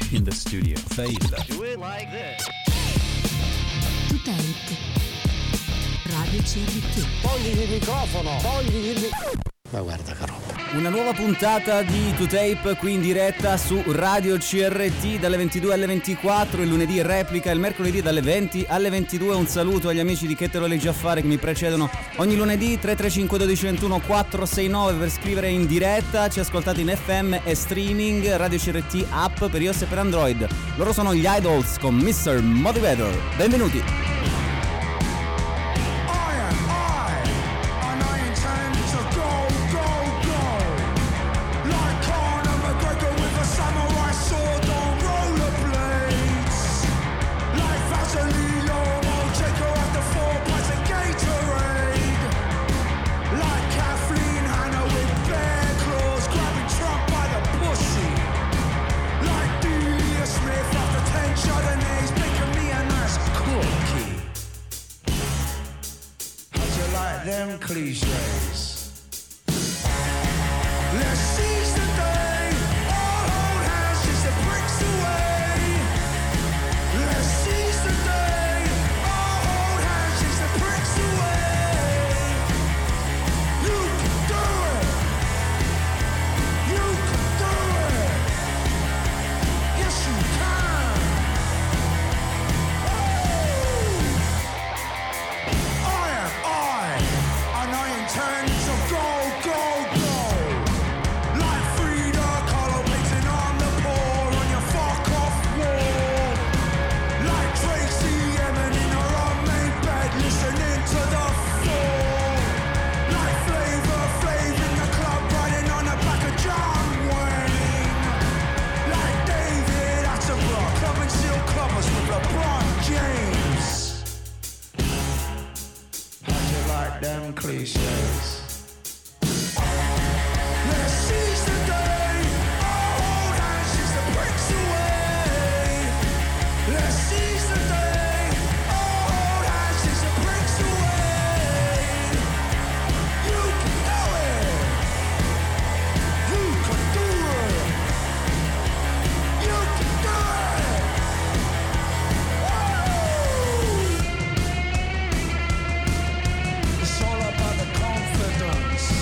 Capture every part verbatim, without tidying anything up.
in the studio. Fail. Do it like this. To Tape. Radio C R T. Togli il microfono, togli il microfono. Ma guarda che roba. Una nuova puntata di To Tape qui in diretta su Radio C R T dalle ventidue alle ventiquattro, il lunedì in replica, il mercoledì dalle venti alle ventidue. Un saluto agli amici di Che te lo leggi a fare che mi precedono ogni lunedì. Tre tre cinque uno due ventuno quattro sei nove per scrivere in diretta. Ci ascoltate in F M e streaming, Radio C R T app per iOS e per Android. Loro sono gli Idols con mister Motivator. Benvenuti. Them cliches. Let's seize the day. All hold hands, just the bricks away. Let's seize the day. All hold hands, just the bricks away. You can do it. You can do it. Yes, you can. Woo! I am I. And I intend to go, go, go. Like Frida Kahlo waiting on the pole on your fuck off wall. Like Tracy Emin in her unmade bed listening to the fall. Like Flavor Flav in the club riding on the back of John Wayne. Like David Attenborough clubbing seal clubbers with LeBron James. Like them cliches. Let's seize the day. All hold hands, just the bricks away. Let's seize the day. All hold hands, just the bricks away. You can do it. You can do it. You can do it. Whoa! It's all about the confidence.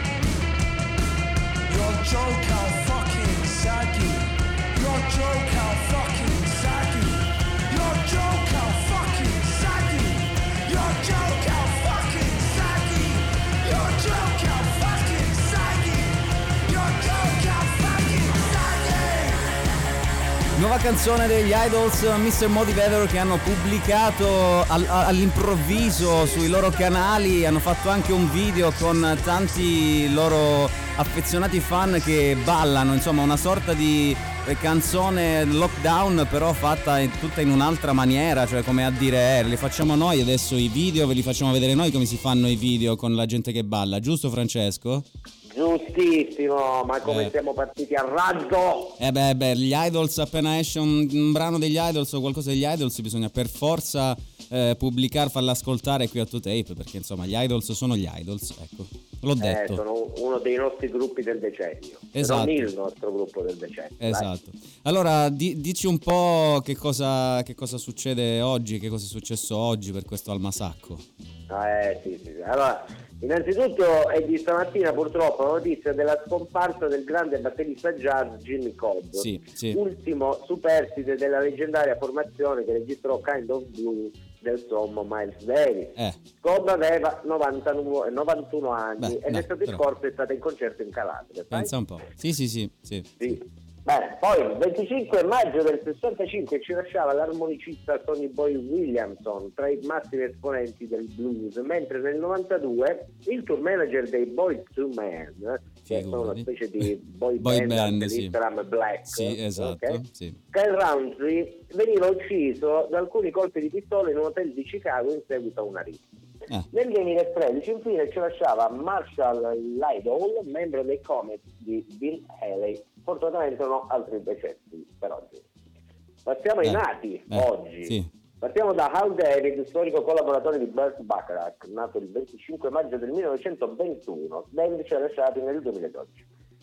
Your joke how fucking saggy. Your joke how fucking saggy. Your joke how fucking saggy. Your joke how fucking saggy. Your joke how fucking saggy. Your joke how fucking saggy. Nuova canzone degli Idols, mister Motivator, che hanno pubblicato al- all'improvviso sui loro canali. Hanno fatto anche un video con tanti loro affezionati fan che ballano, insomma una sorta di canzone lockdown però fatta in- tutta in un'altra maniera, cioè come a dire eh, li facciamo noi adesso i video, ve li facciamo vedere noi come si fanno i video con la gente che balla, giusto Francesco? Giustissimo, ma come Eh. siamo partiti a razzo? Eh beh, beh, gli Idols, appena esce un, un brano degli Idols o qualcosa degli Idols bisogna per forza eh, pubblicare, farla ascoltare qui a To Tape, perché insomma gli Idols sono gli Idols, ecco, l'ho detto. Eh, sono uno dei nostri gruppi del decennio. Esatto. Non il nostro gruppo del decennio. dai. Esatto. Allora, di, dici un po' che cosa, che cosa succede oggi, che cosa è successo oggi per questo Almasacco. Ah, eh, sì, sì. Allora, innanzitutto è di stamattina purtroppo la notizia della scomparsa del grande batterista jazz Jimmy Cobb, Sì, sì. ultimo superstite della leggendaria formazione che registrò Kind of Blue del sommo Miles Davis. Eh. Cobb aveva novantanove, novantuno anni Beh, ed dai, l'estate però. scorsa è stata in concerto in Calabria. sai? Pensa un po'. Sì, sì, sì, sì. Sì. Bene, poi il venticinque maggio del sessantacinque ci lasciava l'armonicista Sonny Boy Williamson, tra i massimi esponenti del blues, mentre nel novantadue il tour manager dei Boyz two Men, che sono una Figurati. specie di boy, Boy band, band, dell'Instagram sì. Black, Sì, esatto, ok? sì. Kyle Roundtree veniva ucciso da alcuni colpi di pistola in un hotel di Chicago in seguito a una rissa. Eh. Nel duemilatredici infine ci lasciava Marshall Liddell, membro dei Comets di Bill Haley. Fortunatamente non ho altri decessi per oggi. Passiamo ai Eh, nati eh, oggi. sì. Partiamo da Hal David, storico collaboratore di Burt Bacharach, nato il venticinque maggio del millenovecentoventuno. David ci ha lasciati nel duemiladodici.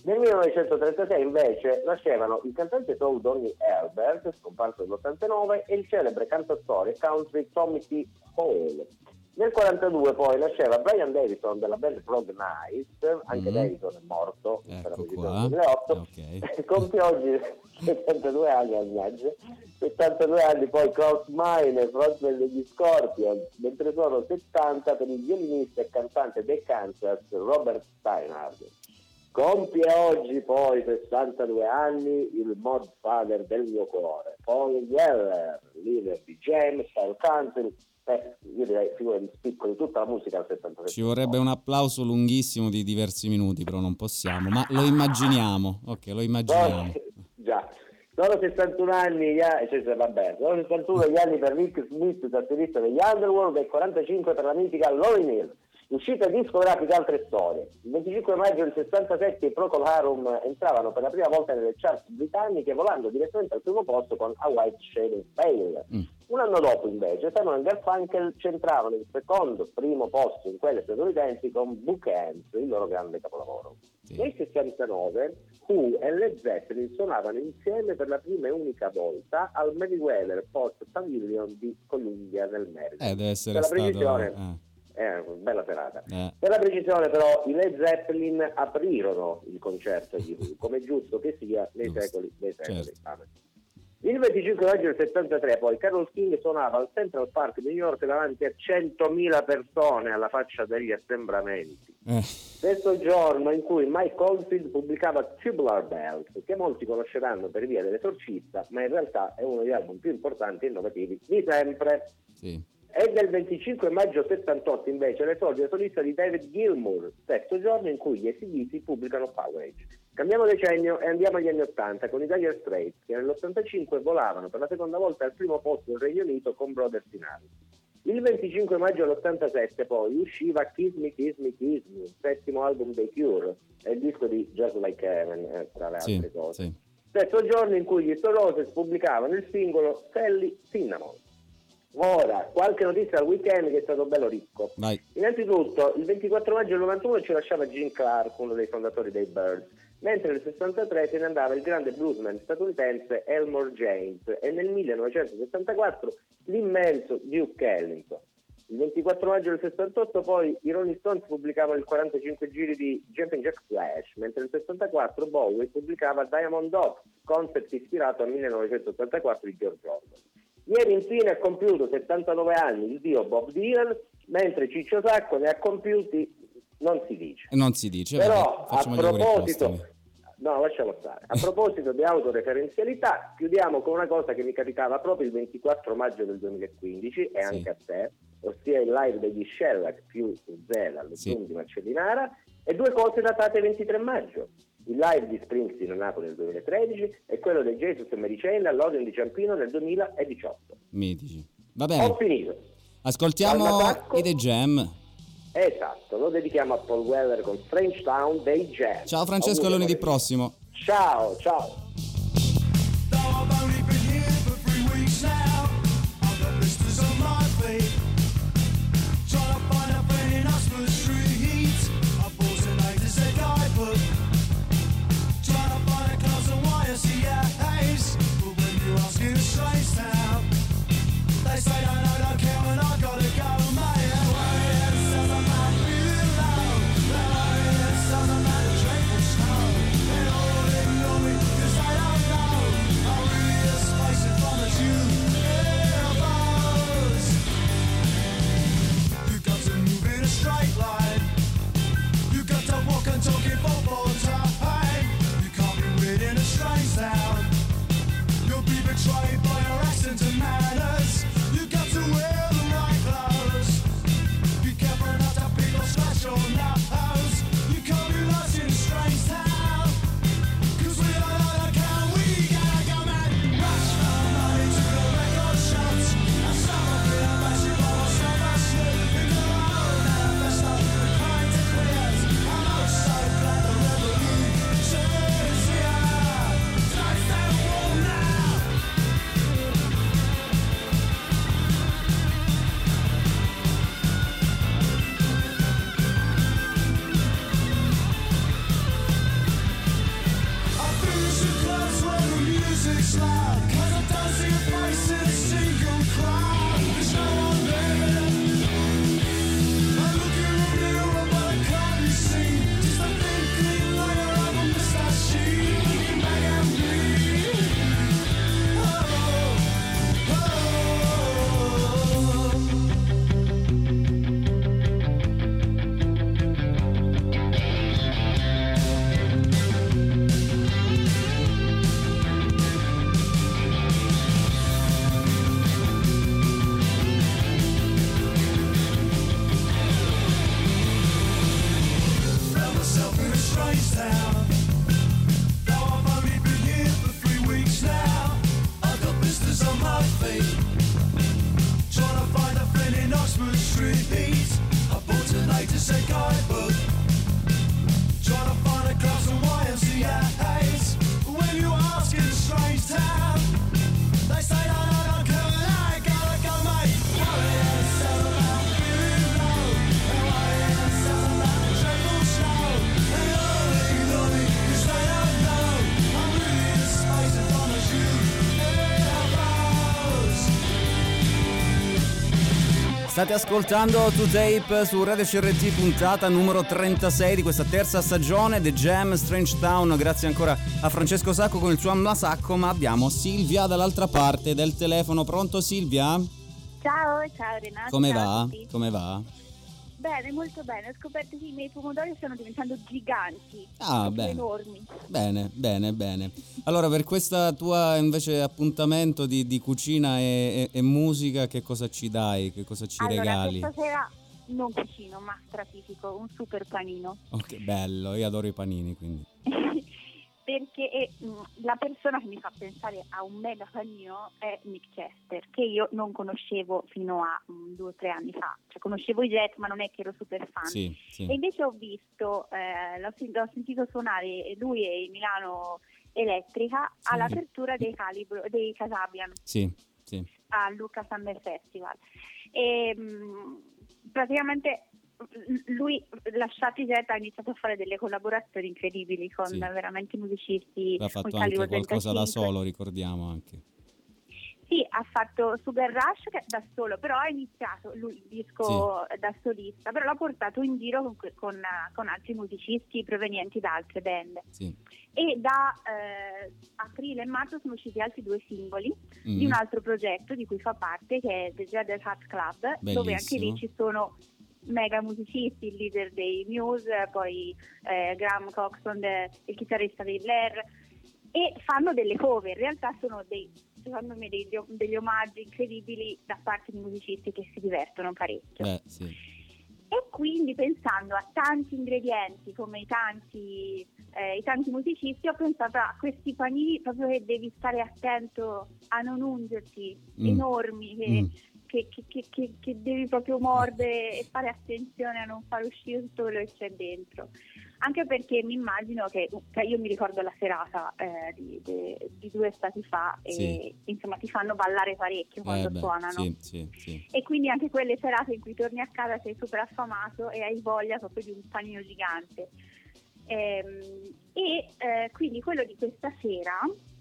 Nel millenovecentotrentasei invece nascevano il cantante soul Donny Elbert, scomparso nell'ottantanove, e il celebre cantautore country Tommy T. Hall. Nel quarantadue poi nasceva Brian Davison della band Frog Night, anche mm. Davison è morto ecco per la precisione qua. nel duemilaotto, Okay. compie oggi settantadue anni al viaggio, settantadue anni poi Klaus Meine, frontman degli Scorpions, mentre sono settanta per il violinista e cantante dei Kansas Robert Steinhardt. Compie oggi poi sessantadue anni il mod father del mio cuore, Paul Weller, leader di James, Style Country. Eh, io direi figura di spicco di tutta la musica al settantasette. Ci vorrebbe un applauso lunghissimo di diversi minuti, però non possiamo, ma lo immaginiamo. Ok, lo immaginiamo. No, già. Sono sessantuno anni, cioè, vabbè, sono sessantuno gli anni per Rick Smith, tastierista degli Underworld, e quarantacinque per la mitica Lauryn Hill. Uscita discografica Altre Storie. Il venticinque maggio del sessantasette i Procol Harum entravano per la prima volta nelle charts britanniche, volando direttamente al primo posto con A White Shade of Pale. Mm. Un anno dopo invece Simon and Garfunkel centravano il secondo primo posto in quelle statunitensi con Bookends, il loro grande capolavoro. Sì. Nel sessantanove Who e Led Zeppelin suonavano insieme per la prima e unica volta al Merriweather Post Pavilion di Columbia nel Maryland. Eh, deve essere per la stato... precisione, eh. È una bella serata. Eh. Per la precisione però i Led Zeppelin aprirono il concerto di Who, come giusto che sia nei Giusto. secoli dei secoli. Certo. Il venticinque maggio del settantatré poi Carole King suonava al Central Park di New York davanti a centomila persone alla faccia degli assembramenti. Eh. Stesso giorno in cui Mike Oldfield pubblicava Tubular Bells, che molti conosceranno per via dell'Esorcista, ma in realtà è uno degli album più importanti e innovativi di sempre. Sì. È del venticinque maggio settantotto invece l'esordio solista di David Gilmour, stesso giorno in cui gli A C D C pubblicano Powerage. Cambiamo decennio e andiamo agli anni ottanta con i Dire Straits, che nell'ottantacinque volavano per la seconda volta al primo posto del Regno Unito con Brothers in Arms. Il venticinque maggio dell'ottantasette poi usciva Kiss Me, Kiss Me, Kiss Me, il settimo album dei Cure, è il disco di Just Like Heaven, eh, tra le altre sì, cose. Sì. Stesso giorno in cui gli Stone Roses pubblicavano il singolo Sally Cinnamon. Ora, qualche notizia al weekend che è stato bello ricco. Vai. Innanzitutto, il ventiquattro maggio del novantuno ci lasciava Gene Clark, uno dei fondatori dei Byrds, mentre nel sessantatré se ne andava il grande bluesman statunitense Elmore James e nel millenovecentosessantaquattro l'immenso Duke Ellington. Il ventiquattro maggio del sessantotto poi i Rolling Stones pubblicavano il quarantacinque giri di Jumpin' Jack Flash, mentre nel sessantaquattro Bowie pubblicava Diamond Dogs, concept ispirato al millenovecentottantaquattro di George Orwell. Ieri infine ha compiuto settantanove anni il dio Bob Dylan, mentre Ciccio Sacco ne ha compiuti, non si dice. Non si dice, però vabbè, a proposito, no, lasciamo stare. A proposito di autoreferenzialità, chiudiamo con una cosa che mi capitava proprio il ventiquattro maggio del duemilaquindici e sì. anche a te, ossia il live degli Shellac più Zela allo sì. Zoom di Marcellinara, e due cose datate ventitré maggio. Il live di Springsteen a Napoli nel duemilatredici e quello di Jesus e Maricella all'Odeon di Ciampino nel duemiladiciotto. Mitici. Va bene. Ho finito. Ascoltiamo i The Jam. Esatto, lo dedichiamo a Paul Weller con Strange Town dei Jam. Ciao Francesco, a lunedì prossimo. Ciao, ciao. Cause I don't it's loud, 'cause I don't see a face in a single crowd. There's no one there. I look in the mirror but I can't see. Just a thin clean layer of a moustache looking back at me. Oh, oh, oh. Found myself in a strange town. Though I've only been here for three weeks now. I've got blisters on my feet. Trying to find a friend in Oxford Street. I bought an A to Z guidebook. Trying to find a class of Y M C A's. But when you ask in a strange town, they say no, no, no, come on, I gotta go, mate. Worry yourself about feeling low. And worry yourself about the triple slow. And lolly, lolly, 'cause they don't know I'm really in space as long as you elbows. State ascoltando To Tape su Radio C R T, puntata numero trentasei di questa terza stagione, The Jam Strange Town. Grazie ancora a Francesco Sacco con il suo Amlasacco, ma abbiamo Silvia dall'altra parte del telefono. Pronto Silvia? Ciao, ciao Renato. Come ciao a va? tutti. Come va? Bene, molto bene. Ho scoperto che i miei pomodori stanno diventando giganti. Ah, proprio bene. enormi. Bene, bene, bene. Allora, per questo tuo invece appuntamento di, di cucina e, e- e musica, che cosa ci dai? Che cosa ci Allora, regali? questa sera non cucino, ma stratifico un super panino. Ok, bello, io adoro i panini, quindi. Perché eh, mh, la persona che mi fa pensare a un mega panino è Nick Chester, che io non conoscevo fino a mh, due o tre anni fa. Cioè, conoscevo i Jet, ma non è che ero super fan. Sì, sì. E invece ho visto, eh, l'ho, sen- l'ho sentito suonare lui e Milano Elettrica Sì. all'apertura dei, Calibro, dei Casabian Sì, sì. a Lucca Summer Festival. E mh, praticamente l- lui, lasciati Jet, ha iniziato a fare delle collaborazioni incredibili con Sì. veramente musicisti. Ha fatto con anche Calibro qualcosa da trentacinque. solo, ricordiamo anche. Sì, ha fatto Sugar Rush che da solo, però ha iniziato lui il disco da solista, però l'ha portato in giro con, que- con, eh, con altri musicisti provenienti da altre band. Sì. E da eh, aprile e marzo sono usciti altri due singoli Mm. di un altro progetto di cui fa parte, che è The Jaded Hat Club, dove anche Bellissimo. lì ci sono mega musicisti, il leader dei Muse, poi eh, Graham Coxon, de- il chitarrista dei Blair, e fanno delle cover. In realtà sono dei, secondo me, degli, degli omaggi incredibili da parte di musicisti che si divertono parecchio. Beh, sì. E quindi, pensando a tanti ingredienti come i tanti, eh, i tanti musicisti, ho pensato a questi panini proprio che devi stare attento a non ungerti, Mm. enormi, che, Mm. che, che, che, che, che devi proprio mordere e fare attenzione a non far uscire tutto quello che c'è dentro. Anche perché mi immagino che, cioè io mi ricordo la serata eh, di, di, di due stati fa e Sì. insomma ti fanno ballare parecchio quando Eh beh, suonano. sì, sì, sì. E quindi anche quelle serate in cui torni a casa sei super affamato e hai voglia proprio di un panino gigante. Ehm, e eh, quindi quello di questa sera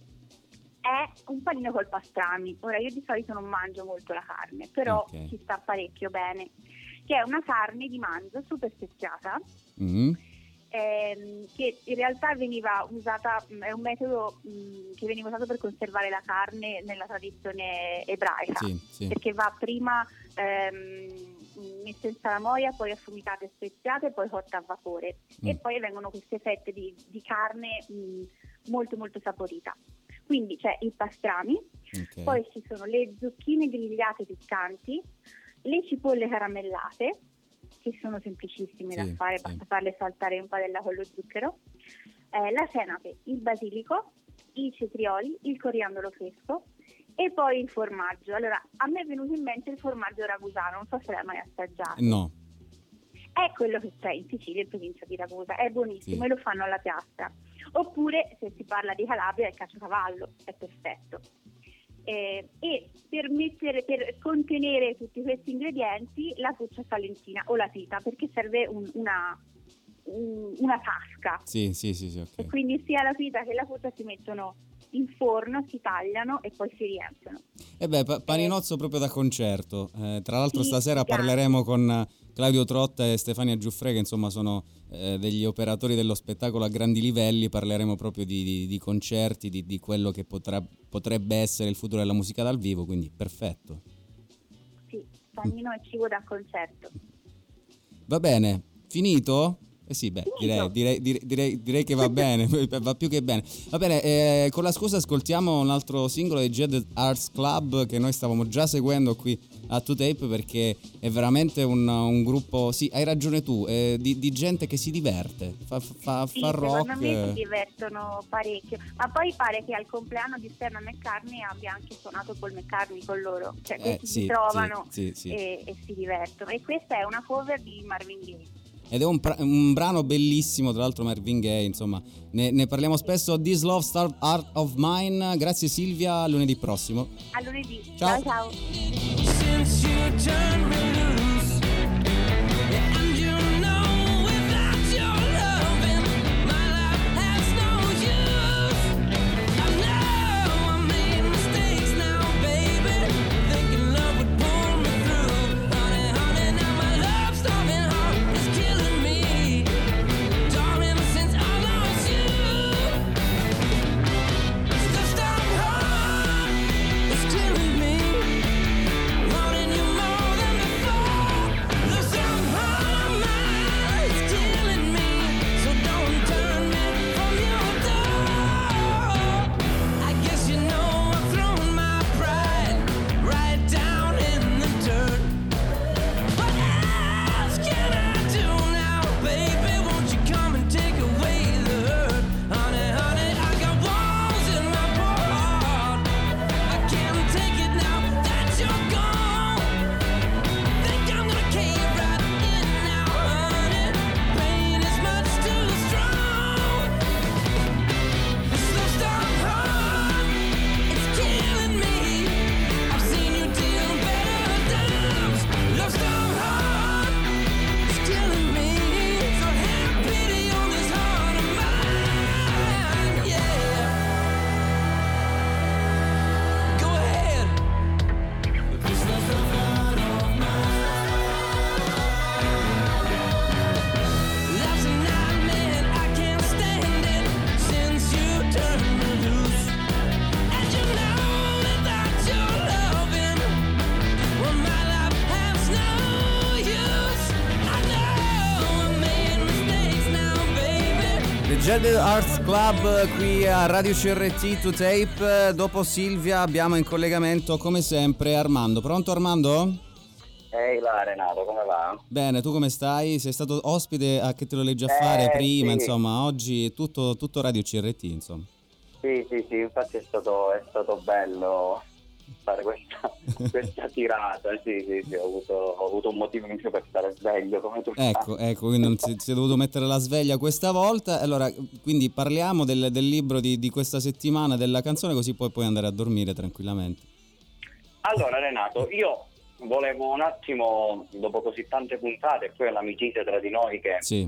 è un panino col pastrami. Ora, io di solito non mangio molto la carne, però Ok. ci sta parecchio bene, che è una carne di manzo super speziata, Mm. ehm, che in realtà veniva usata, mh, è un metodo mh, che veniva usato per conservare la carne nella tradizione ebraica, Sì, sì. perché va prima ehm, messa in salamoia, poi affumicata e speziata e poi cotta a vapore, Mm. e poi vengono queste fette di, di carne mh, molto molto saporita. Quindi c'è il pastrami, Ok. poi ci sono le zucchine grigliate piccanti, le cipolle caramellate, che sono semplicissime da Sì, fare, sì. basta farle saltare in padella con lo zucchero, eh, la senape, il basilico, i cetrioli, il coriandolo fresco e poi il formaggio. Allora, a me è venuto in mente il formaggio ragusano, non so se l'hai mai assaggiato. No. È quello che c'è in Sicilia, in provincia di Ragusa, è buonissimo Sì. e lo fanno alla piastra. Oppure, se si parla di Calabria, il caciocavallo, è perfetto. Eh, e per, mettere, per contenere tutti questi ingredienti la fuccia salentina o la pita, perché serve un- una, un- una tasca, Sì, sì, sì, sì, e ok. quindi sia la pita che la fuccia si mettono in forno, si tagliano e poi si riempiono. E beh, pa- paninozzo proprio da concerto. Eh, tra l'altro Sì, stasera gigante. parleremo con Claudio Trotta e Stefania Giuffre, che insomma sono eh, degli operatori dello spettacolo a grandi livelli. Parleremo proprio di, di, di concerti, di, di quello che potrà, potrebbe essere il futuro della musica dal vivo, quindi perfetto. Sì, panino e cibo da concerto. Va bene, finito? Eh sì, beh, Finito. direi, direi, direi, direi, direi che va bene, va più che bene. Va bene, eh, con la scusa ascoltiamo un altro singolo dei Jaded Arts Club che noi stavamo già seguendo qui a two tape, perché è veramente un, un gruppo, sì, hai ragione tu, eh, di, di gente che si diverte, fa, fa, Sì, fa rock. secondo me si divertono parecchio, ma poi pare che al compleanno di Stella McCartney abbia anche suonato Paul McCartney con loro, cioè Eh, questi sì, si trovano sì, sì, sì. E, e si divertono, e questa è una cover di Marvin Gaye. Ed è un, pra- un brano bellissimo, tra l'altro Marvin Gaye, insomma, ne, ne parliamo spesso. This Love Star Art of Mine. Grazie Silvia, a lunedì prossimo. A lunedì, Ciao. ciao, ciao. Since you turned me loose, and you know without your loving, my life has no use. I know I made mistakes now, baby, thinking love would pull me through. Honey, honey, now my love starving heart is killing me, darling, since I lost you. The stop heart is killing me. Wanting you more than before. The somehow mind is killing me. So don't turn me from your door. I guess you know I've thrown my pride right down in the dirt. What else can I do now, baby? Won't you come and take away the hurt? Honey, honey, I got walls in my poor heart. I can't take it now that you're gone. Think I'm gonna cave right in now, honey. Pain is much too strong. This love stop heart, it's killing me. I've seen you deal better times. Love stop heart, it's killing me. So have pity on this heart of mine, yeah. Go ahead. This love stop heart of mine. Life's a nightmare, I can't stand it since you turned me loose. And you know without your loving, well, my life has no use. I know I made mistakes now, baby. The Jaded Arts Club qui a Radio C R T two tape. Dopo Silvia abbiamo in collegamento come sempre Armando. Pronto Armando? Ehi là Renato, come va? Bene, tu come stai? Sei stato ospite a Che te lo leggi a Eh, fare prima, sì. insomma, oggi è tutto, tutto Radio C R T, insomma. Sì, sì, sì, infatti è stato, è stato bello fare questa, questa tirata, sì, sì, sì, ho avuto, ho avuto un motivo in più per stare sveglio, come tu Ecco, sai. ecco, quindi non si, si è dovuto mettere la sveglia questa volta. Allora, quindi parliamo del, del libro di, di questa settimana, della canzone, così poi puoi andare a dormire tranquillamente. Allora Renato, io volevo un attimo, dopo così tante puntate, e poi l'amicizia tra di noi che Sì,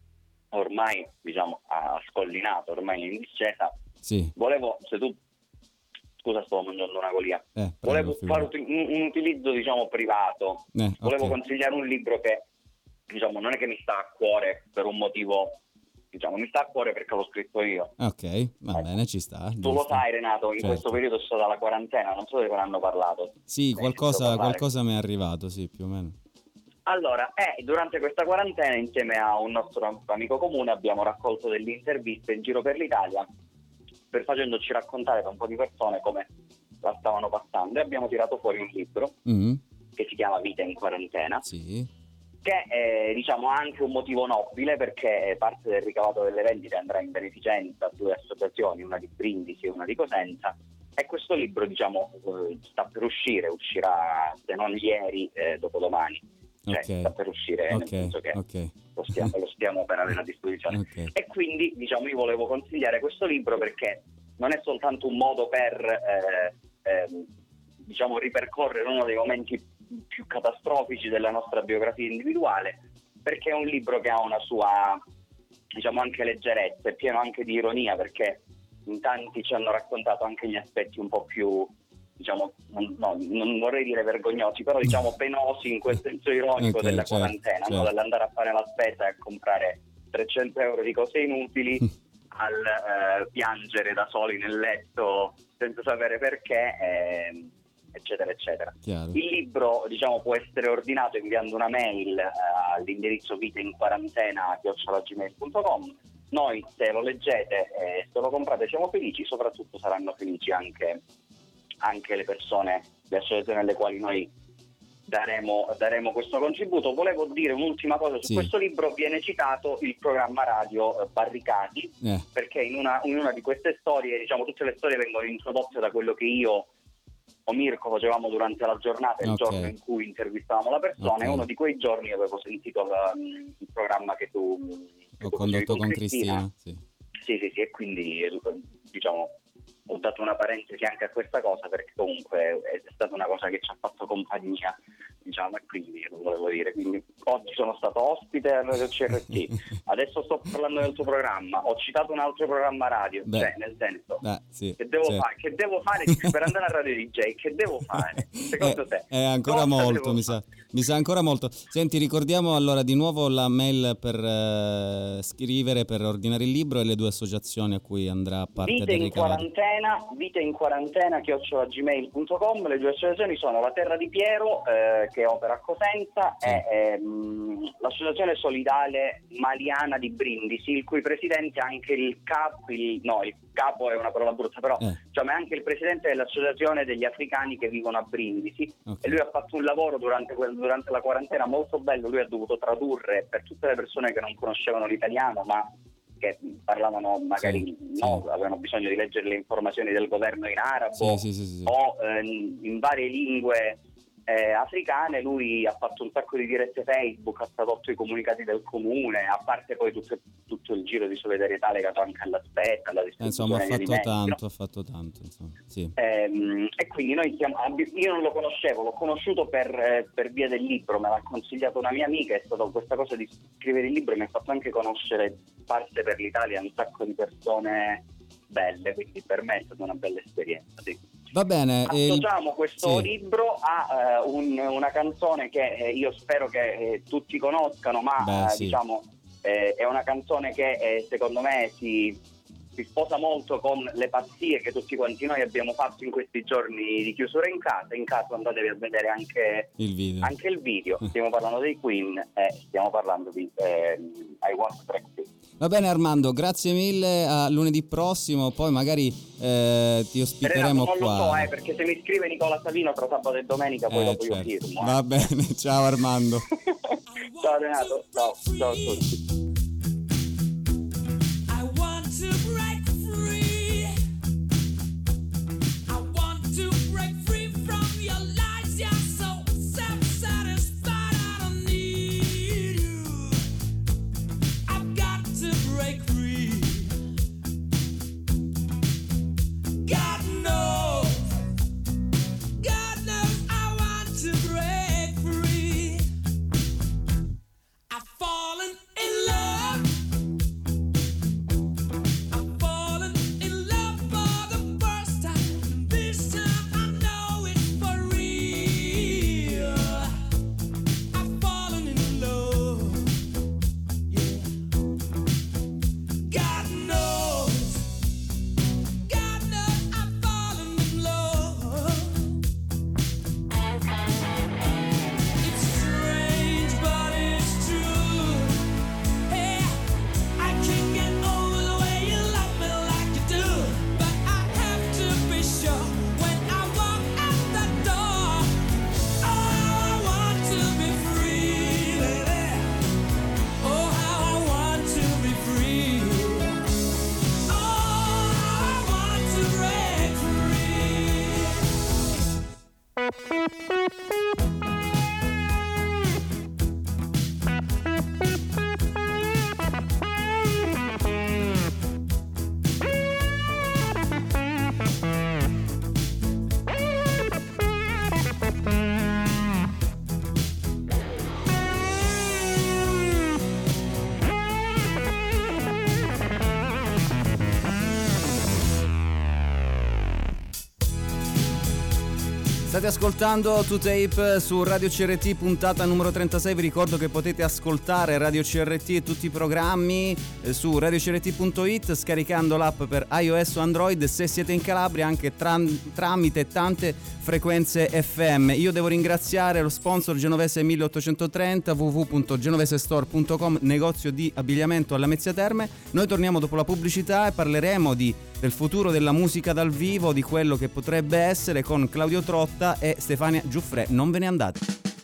ormai, diciamo, ha scollinato, ormai è in discesa, sì. volevo, se tu, scusa, stavo mangiando una golia, Eh, volevo prego, fare un, un utilizzo, diciamo, privato, Eh, volevo ok. consigliare un libro che, diciamo, non è che mi sta a cuore per un motivo, diciamo, mi sta a cuore perché l'ho scritto io. Ok, va Ecco. bene, ci sta. Tu lo giusto. sai Renato, in Certo. questo periodo sto dalla quarantena, non so se ve ne hanno parlato. Sì, Ne hai qualcosa, sentito parlare? qualcosa mi è arrivato, sì, più o meno. Allora, eh, durante questa quarantena, insieme a un nostro amico comune, abbiamo raccolto delle interviste in giro per l'Italia, per facendoci raccontare da un po' di persone come la stavano passando, e abbiamo tirato fuori un libro Mm, che si chiama Vita in quarantena, sì, che è, diciamo, ha anche un motivo nobile, perché parte del ricavato delle vendite andrà in beneficenza a due associazioni, una di Brindisi e una di Cosenza, e questo libro, diciamo, eh, sta per uscire, uscirà se non ieri, eh, dopodomani, cioè ok. sta per uscire, nel Ok, senso che ok. lo stiamo, lo stiamo per avere a disposizione. Ok. E quindi, diciamo, io volevo consigliare questo libro perché non è soltanto un modo per eh, ehm, diciamo ripercorrere uno dei momenti più catastrofici della nostra biografia individuale, perché è un libro che ha una sua, diciamo, anche leggerezza, è pieno anche di ironia, perché in tanti ci hanno raccontato anche gli aspetti un po' più, diciamo, non, no, non vorrei dire vergognosi, però diciamo penosi in quel senso ironico Ok, della certo, quarantena, certo. no? Dall'andare a fare la spesa e a comprare trecento euro di cose inutili al eh, piangere da soli nel letto senza sapere perché, eh, eccetera eccetera. Chiaro. Il libro, diciamo, può essere ordinato inviando una mail eh, all'indirizzo vitainquarantena chiocciola gmail punto com. Noi, se lo leggete e se lo comprate, siamo felici, soprattutto saranno felici anche, anche le persone, le associazioni alle quali noi daremo, daremo questo contributo. Volevo dire un'ultima cosa su Sì. questo libro. Viene citato il programma radio eh, Barricati, Eh, perché in una, in una di queste storie, diciamo, tutte le storie vengono introdotte da quello che io o Mirko facevamo durante la giornata, il Ok. giorno in cui intervistavamo la persona, Ok. e uno di quei giorni avevo sentito la- il programma che tu che ho tu condotto facevi con Cristina. Sì. Sì, sì, sì, e quindi eh, diciamo ho dato una parentesi anche a questa cosa, perché comunque è stata una cosa che ci ha fatto compagnia, diciamo, e quindi lo volevo dire. Quindi oggi sono stato ospite al Radio C R T, adesso sto parlando del tuo programma, ho citato un altro programma radio, Beh. cioè nel senso Beh, sì, che devo certo. fare, che devo fare di più per andare a Radio D J, che devo fare? Secondo Eh, te? È ancora Cosa molto, devo mi fare? sa. Mi sa ancora molto. Senti, ricordiamo allora di nuovo la mail per eh, scrivere, per ordinare il libro, e le due associazioni a cui andrà parte Vite del in ricavato. quarantena, vite in quarantena chiocciola gmail punto com. Le due associazioni sono la Terra di Piero, eh, che opera a Cosenza, Sì. e ehm, l'associazione solidale Mariana di Brindisi, il cui presidente è anche il capo, il, no, il capo è una parola brutta, però Eh. diciamo, è anche il presidente dell'associazione degli africani che vivono a Brindisi. Ok. E lui ha fatto un lavoro durante, quel- durante la quarantena molto bello. Lui ha dovuto tradurre per tutte le persone che non conoscevano l'italiano, ma che parlavano magari, Sì, no, sì. avevano bisogno di leggere le informazioni del governo in arabo Sì, sì, sì, sì, sì. o ehm, in varie lingue eh, africane. Lui ha fatto un sacco di dirette Facebook, ha tradotto i comunicati del comune, a parte poi tutto, tutto il giro di solidarietà legato anche all'aspetto, alla Eh, distribuzione insomma, ha di fatto alimenti, no? tanto, ha fatto tanto, insomma. Sì. Ehm, e quindi noi siamo, abbi- io non lo conoscevo, l'ho conosciuto per, eh, per via del libro, me l'ha consigliato una mia amica. È stata questa cosa di scrivere il libro, mi ha fatto anche conoscere parte per l'Italia un sacco di persone belle, quindi per me è stata una bella esperienza, sì. Va bene. e il- Associamo questo sì. libro a eh, un- una canzone che eh, io spero che eh, tutti conoscano, ma Beh, eh, sì. diciamo eh, è una canzone che eh, secondo me si, si sposa molto con le pazzie che tutti quanti noi abbiamo fatto in questi giorni di chiusura in casa. In caso andatevi a vedere anche, Il video. anche il video. Stiamo parlando dei Queen e stiamo parlando di eh, I Want to Break Free. Va bene Armando, grazie mille, a lunedì prossimo, poi magari eh, ti Renato, ospiteremo non qua. lo so, eh, perché se mi scrive Nicola Savino tra sabato e domenica, poi Eh, dopo certo. io firmo. eh. Va bene, ciao Armando. Ciao Renato, ciao, ciao a tutti. I want to break free. I want to break free from your lies. You're so self-satisfied. I don't need you. I've got to break free. God knows, God knows I want to break free. I've fallen in love. I've fallen in love for the first time. This time I know it's for real. I've fallen in love. Yeah. God knows. God knows I've fallen in love. It's strange, but it's true. Hey, I can't get over the way you love me like you do. But I have to be sure when I walk out the door. Oh, how I want to be free, baby. Oh, how I want to be free. Oh, how I want to break State ascoltando To Tape su Radio C R T, puntata numero trentasei. Vi ricordo che potete ascoltare Radio C R T e tutti i programmi eh, su radio c r t punto i t, scaricando l'app per iOS o Android, se siete in Calabria anche tram- tramite tante frequenze F M. Io devo ringraziare lo sponsor Genovese milleottocentotrenta, w w w punto genovese store punto com, negozio di abbigliamento alla Mezzia Terme. Noi torniamo dopo la pubblicità e parleremo di, del futuro della musica dal vivo, di quello che potrebbe essere, con Claudio Trotta e Stefania Giuffre. Non ve ne andate.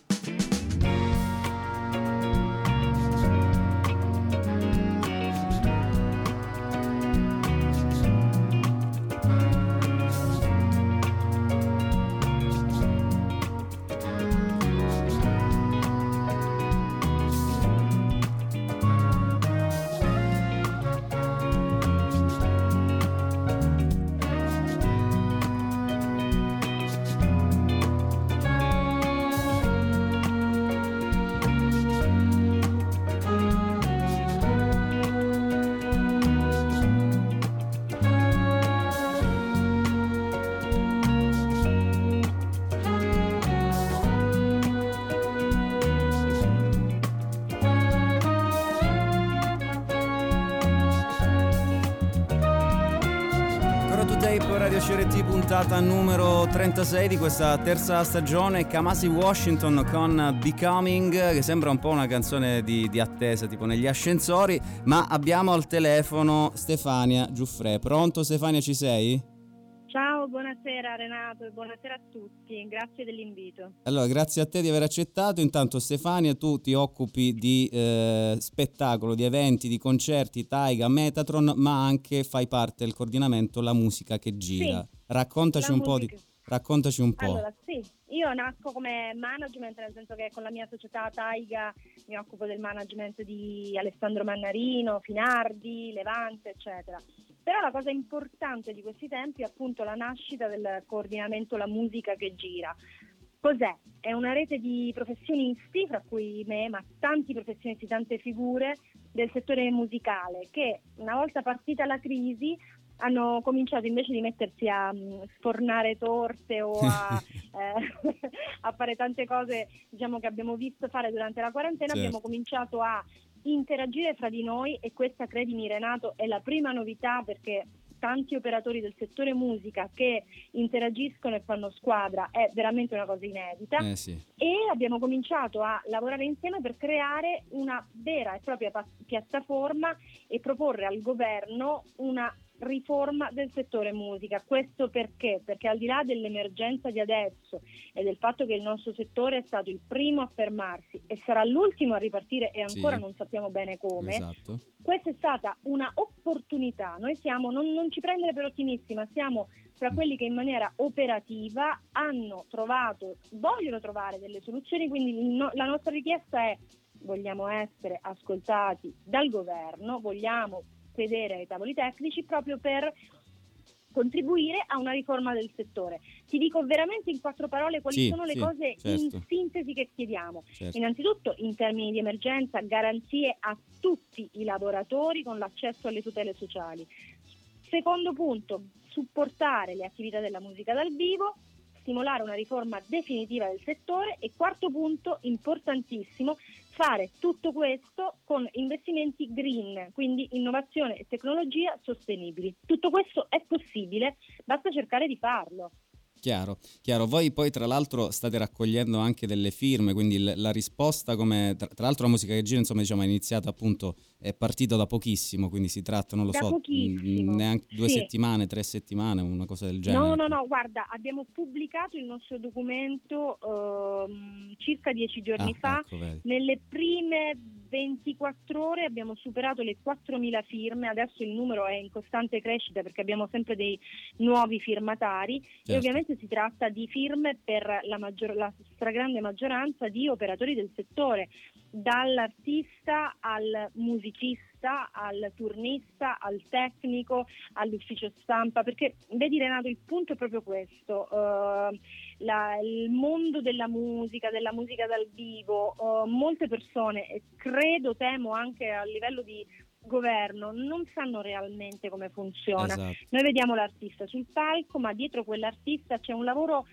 Radio C R T, puntata numero trentasei di questa terza stagione. Kamasi Washington con Becoming, che sembra un po' una canzone di, di attesa, tipo negli ascensori, ma abbiamo al telefono Stefania Giuffre. Pronto Stefania, ci sei? Ciao, buonasera Renato e buonasera a tutti, grazie dell'invito. Allora, grazie a te di aver accettato. Intanto Stefania, tu ti occupi di eh, spettacolo, di eventi, di concerti, Taiga, Metatron, ma anche fai parte del coordinamento La Musica che Gira. Sì, Raccontaci la un po' musica. di raccontaci un po'. Allora, sì, io nasco come management, nel senso che con la mia società Taiga mi occupo del management di Alessandro Mannarino, Finardi, Levante, eccetera. Però la cosa importante di questi tempi è appunto la nascita del coordinamento La Musica che Gira. Cos'è? È una rete di professionisti, fra cui me, ma tanti professionisti, tante figure del settore musicale, che una volta partita la crisi hanno cominciato, invece di mettersi a um, sfornare torte o a, eh, a fare tante cose, diciamo, che abbiamo visto fare durante la quarantena, certo, abbiamo cominciato a interagire fra di noi, e questa, credimi Renato, è la prima novità, perché tanti operatori del settore musica che interagiscono e fanno squadra è veramente una cosa inedita. Eh sì. E abbiamo cominciato a lavorare insieme per creare una vera e propria pa- piattaforma e proporre al governo una riforma del settore musica. Questo perché? Perché al di là dell'emergenza di adesso e del fatto che il nostro settore è stato il primo a fermarsi e sarà l'ultimo a ripartire, e ancora Sì. non sappiamo bene come, Esatto. questa è stata una opportunità. Noi siamo, non, non ci prendere per ottimissima, siamo tra quelli che in maniera operativa hanno trovato, vogliono trovare delle soluzioni, quindi il no- la nostra richiesta è: vogliamo essere ascoltati dal governo, vogliamo vedere ai tavoli tecnici proprio per contribuire a una riforma del settore. Ti dico veramente in quattro parole quali Sì, sono le sì, cose certo. in sintesi che chiediamo. Certo. Innanzitutto, in termini di emergenza, garanzie a tutti i lavoratori con l'accesso alle tutele sociali. Secondo punto, supportare le attività della musica dal vivo, stimolare una riforma definitiva del settore, e quarto punto, importantissimo, fare tutto questo con investimenti green, quindi innovazione e tecnologia sostenibili. Tutto questo è possibile, basta cercare di farlo. Chiaro, chiaro. Voi poi tra l'altro state raccogliendo anche delle firme, quindi l- la risposta, come tra, tra l'altro La Musica che Gira, insomma, diciamo, è iniziata appunto, è partito da pochissimo, quindi si tratta, non lo Da so, pochissimo, mh, neanche due sì. settimane, tre settimane, una cosa del genere. No, no, no, guarda, abbiamo pubblicato il nostro documento ehm, circa dieci giorni Ah, fa. ecco, vedi. Nelle prime ventiquattro ore abbiamo superato le quattromila firme, adesso il numero è in costante crescita perché abbiamo sempre dei nuovi firmatari, Certo. e ovviamente si tratta di firme per la, maggior, la stragrande maggioranza di operatori del settore, dall'artista al musicista, al turnista, al tecnico, all'ufficio stampa, perché vedi Renato, il punto è proprio questo, uh, la, il mondo della musica, della musica dal vivo, uh, molte persone, e credo, temo anche a livello di governo, non sanno realmente come funziona. Esatto. Noi vediamo l'artista sul palco, ma dietro quell'artista c'è un lavoro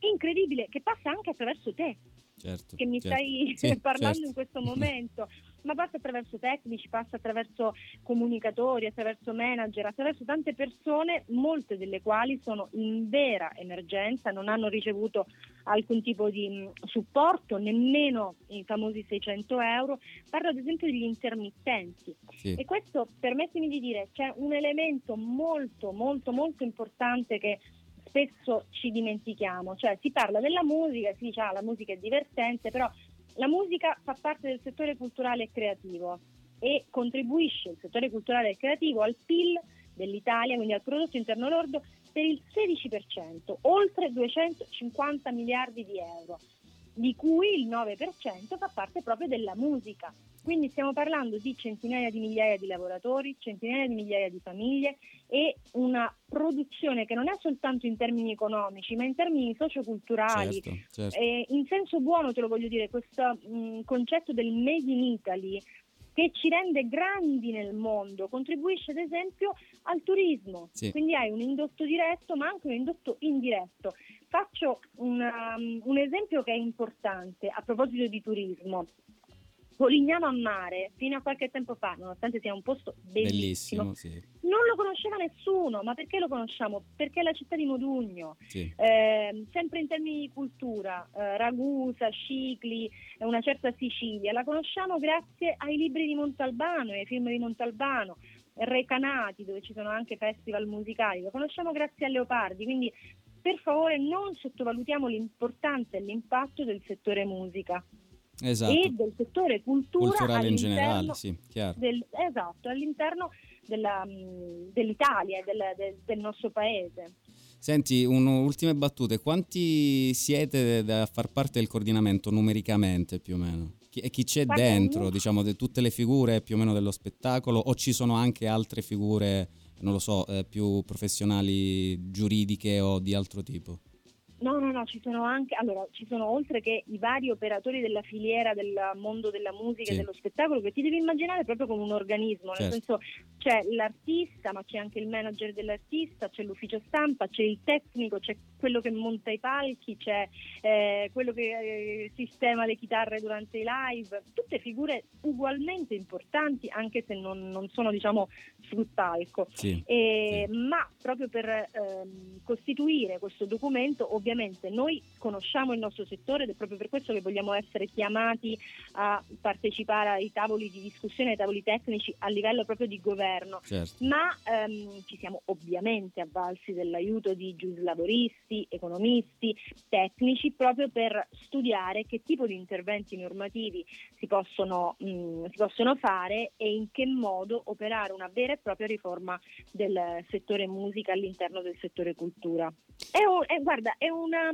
incredibile che passa anche attraverso te, certo, che mi certo. stai Sì, parlando certo. in questo momento, ma passa attraverso tecnici, passa attraverso comunicatori, attraverso manager, attraverso tante persone, molte delle quali sono in vera emergenza, non hanno ricevuto alcun tipo di mh, supporto, nemmeno i famosi seicento euro. Parlo ad esempio degli intermittenti, Sì. e questo, permettimi di dire, c'è un elemento molto molto molto importante che spesso ci dimentichiamo, cioè si parla della musica, si dice ah, la musica è divertente, però la musica fa parte del settore culturale e creativo e contribuisce il settore culturale e creativo al P I L dell'Italia, quindi al prodotto interno lordo, per il sedici per cento, oltre duecentocinquanta miliardi di euro, di cui il nove per cento fa parte proprio della musica. Quindi stiamo parlando di centinaia di migliaia di lavoratori, centinaia di migliaia di famiglie e una produzione che non è soltanto in termini economici, ma in termini socioculturali. Certo, certo. E in senso buono te lo voglio dire, questo mh, concetto del Made in Italy, che ci rende grandi nel mondo, contribuisce ad esempio al turismo. Sì. Quindi hai un indotto diretto ma anche un indotto indiretto. Faccio una, un esempio che è importante a proposito di turismo. Polignano a Mare, fino a qualche tempo fa, nonostante sia un posto bellissimo, Bellissimo, sì. non lo conosceva nessuno. Ma perché lo conosciamo? Perché è la città di Modugno. Sì. Eh, sempre in termini di cultura, eh, Ragusa, Scicli, eh, una certa Sicilia, la conosciamo grazie ai libri di Montalbano e ai film di Montalbano, Recanati, dove ci sono anche festival musicali, lo conosciamo grazie a Leopardi. Quindi per favore non sottovalutiamo l'importanza e l'impatto del settore musica. Esatto. E del settore cultura Culturale in all'interno generale, sì, chiaro. del, esatto, all'interno della, mh, dell'Italia e del, del, del nostro paese. Senti, un'ultima battuta, quanti siete da far parte del coordinamento numericamente più o meno? Chi, e chi c'è Guarda, dentro, io- diciamo, di tutte le figure più o meno dello spettacolo, o ci sono anche altre figure, non lo so, eh, più professionali, giuridiche o di altro tipo? No, no, no, ci sono anche, allora, ci sono oltre che i vari operatori della filiera del mondo della musica Sì. e dello spettacolo, che ti devi immaginare proprio come un organismo, nel Certo. senso c'è l'artista, ma c'è anche il manager dell'artista, c'è l'ufficio stampa, c'è il tecnico, c'è quello che monta i palchi, c'è eh, quello che eh, sistema le chitarre durante i live, tutte figure ugualmente importanti, anche se non, non sono, diciamo, sul palco. Sì. E, Sì. Ma proprio per ehm, costituire questo documento, ovviamente noi conosciamo il nostro settore ed è proprio per questo che vogliamo essere chiamati a partecipare ai tavoli di discussione, ai tavoli tecnici a livello proprio di governo. Certo. Ma ehm, ci siamo ovviamente avvalsi dell'aiuto di giuslavoristi, economisti, tecnici, proprio per studiare che tipo di interventi normativi si possono, mh, si possono fare e in che modo operare una vera e propria riforma del settore musica all'interno del settore cultura. È, un, è, guarda, è una,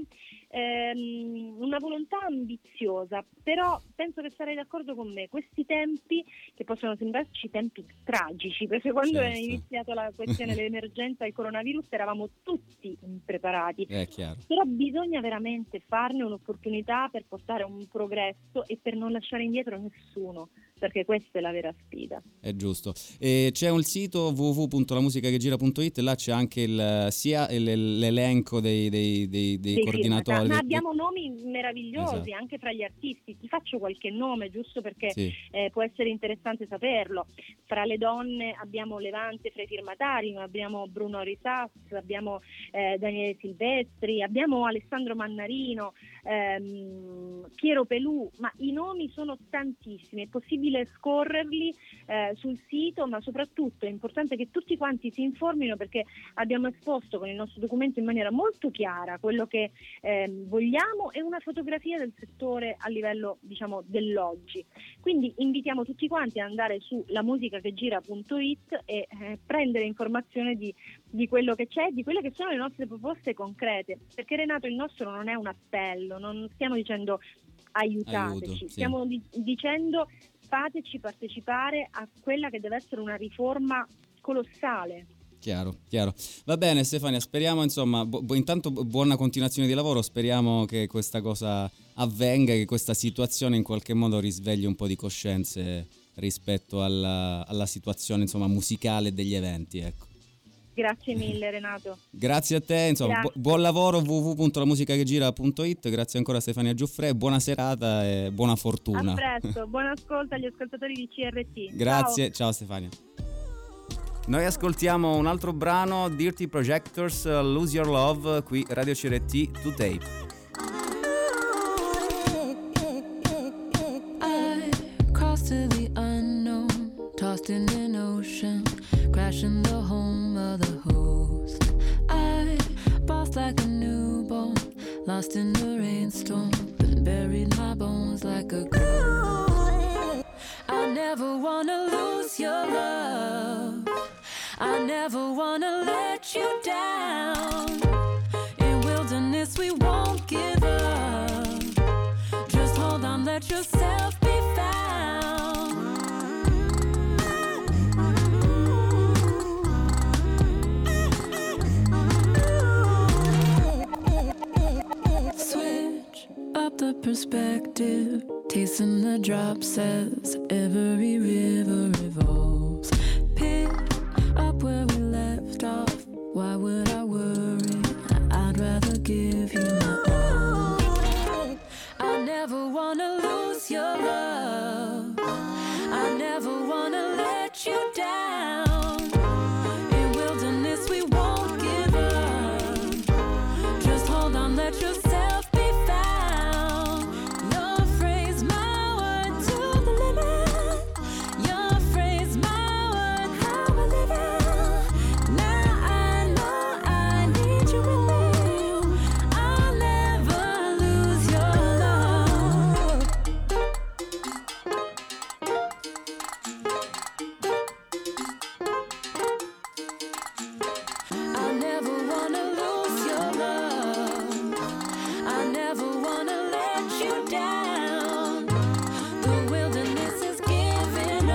ehm, una volontà ambiziosa, però penso che sarai d'accordo con me, questi tempi che possono sembrarci tempi tragici, perché quando Certo. è iniziata la questione dell'emergenza del coronavirus eravamo tutti impreparati, È chiaro. però bisogna veramente farne un'opportunità per portare un progresso e per non lasciare indietro nessuno, perché questa è la vera sfida. È giusto. E c'è un sito w w w punto la musica che gira punto it, là c'è anche il, sia il- l'elenco dei, dei, dei, dei Dei coordinatori. firmatari. Ma dei- abbiamo nomi meravigliosi Esatto. anche fra gli artisti. Ti faccio qualche nome giusto perché Sì. eh, può essere interessante saperlo. Fra le donne abbiamo Levante fra i firmatari, ma abbiamo Bruno Risas, abbiamo eh, Daniele Silvestri, abbiamo Alessandro Mannarino, ehm, Piero Pelù, ma i nomi sono tantissimi, è possibile scorrerli eh, sul sito, ma soprattutto è importante che tutti quanti si informino, perché abbiamo esposto con il nostro documento in maniera molto chiara quello che ehm, vogliamo e una fotografia del settore a livello, diciamo, dell'oggi. Quindi invitiamo tutti quanti ad andare su la musica che gira punto it e eh, prendere informazione di, di quello che c'è, di quelle che sono le nostre proposte concrete, perché Renato, il nostro non è un appello, non stiamo dicendo aiutateci, Aiuto, sì. stiamo di- dicendo fateci partecipare a quella che deve essere una riforma colossale. Chiaro, chiaro. Va bene Stefania, speriamo insomma, bu- bu- intanto bu- buona continuazione di lavoro, speriamo che questa cosa avvenga, che questa situazione in qualche modo risvegli un po' di coscienze rispetto alla, alla situazione insomma musicale degli eventi, ecco. Grazie mille Renato. Grazie a te, insomma, Grazie. bu- buon lavoro, w w w punto la musica che gira punto it. Grazie ancora a Stefania Giuffre, buona serata e buona fortuna. A presto, buon ascolto agli ascoltatori di C R T. Grazie, Ciao. ciao Stefania. Noi ascoltiamo un altro brano, Dirty Projectors, uh, Lose Your Love, qui Radio C R T to Tape. I crossed to the unknown, tossed in an ocean, crashing the home of the host. I bossed like a newborn, lost in the rainstorm, and buried my bones like a ghost. I never wanna lose your love, I never wanna let you down. In wilderness we won't give up, just hold on, let yourself be found. Switch up the perspective, tasting the drops as every river revolves. Pick up where we left off, why would I worry? I'd rather give you my all. I never wanna lose your love, I never wanna let you down. In wilderness we won't give up, just hold on, let yourself be found. Your phrase, my word to the limit. Your phrase, my word, how I live it. Now I know I need you with me. I'll never lose your love. I never wanna lose your love, I never wanna let you down. The wilderness is giving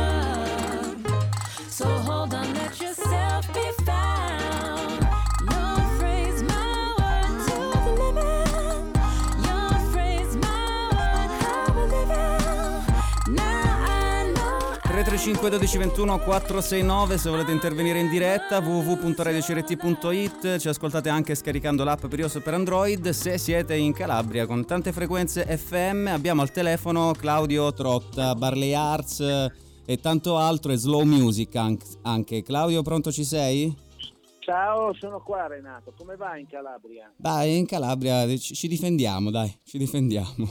up, so hold on, let yourself be found. Your phrase, my word to the limit. Your phrase, my word, how I live it. Now I know tre tre cinque uno due due uno quattro sei nove se volete intervenire in diretta, w w w punto radio c r t punto it. Ci ascoltate anche scaricando l'app per iOS e per Android. Se siete in Calabria con tante frequenze F M, abbiamo al telefono Claudio Trotta, Barley Arts eh, e tanto altro, e slow music an- anche. Claudio, pronto, ci sei? Ciao, sono qua Renato, come va in Calabria? Dai, in Calabria ci, ci difendiamo, dai, ci difendiamo.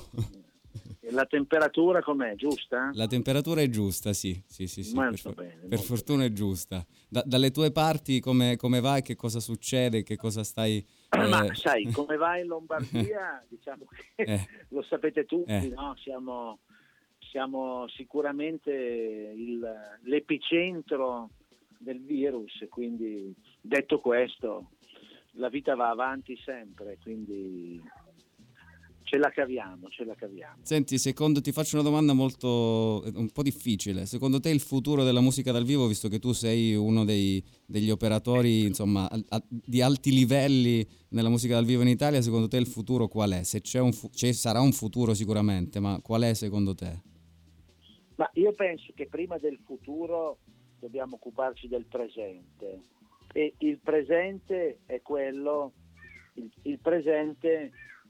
E la temperatura com'è? Giusta? La temperatura è giusta, sì, sì, sì, sì, Molto per, bene, per molto fortuna è giusta. Da- dalle tue parti come, come va e che cosa succede, che cosa stai... eh, Ma sai, come va in Lombardia, diciamo che Eh. lo sapete tutti, Eh. no? Siamo, siamo sicuramente il- l'epicentro del virus, quindi detto questo, la vita va avanti sempre, quindi ce la caviamo, ce la caviamo. Senti, secondo ti faccio una domanda molto un po' difficile. Secondo te il futuro della musica dal vivo, visto che tu sei uno dei, degli operatori, insomma, a- a- di alti livelli nella musica dal vivo in Italia, secondo te il futuro qual è? Se c'è un fu- c'è- sarà un futuro sicuramente, ma qual è secondo te? Ma io penso che prima del futuro dobbiamo occuparci del presente, e il presente è quello, il, il presente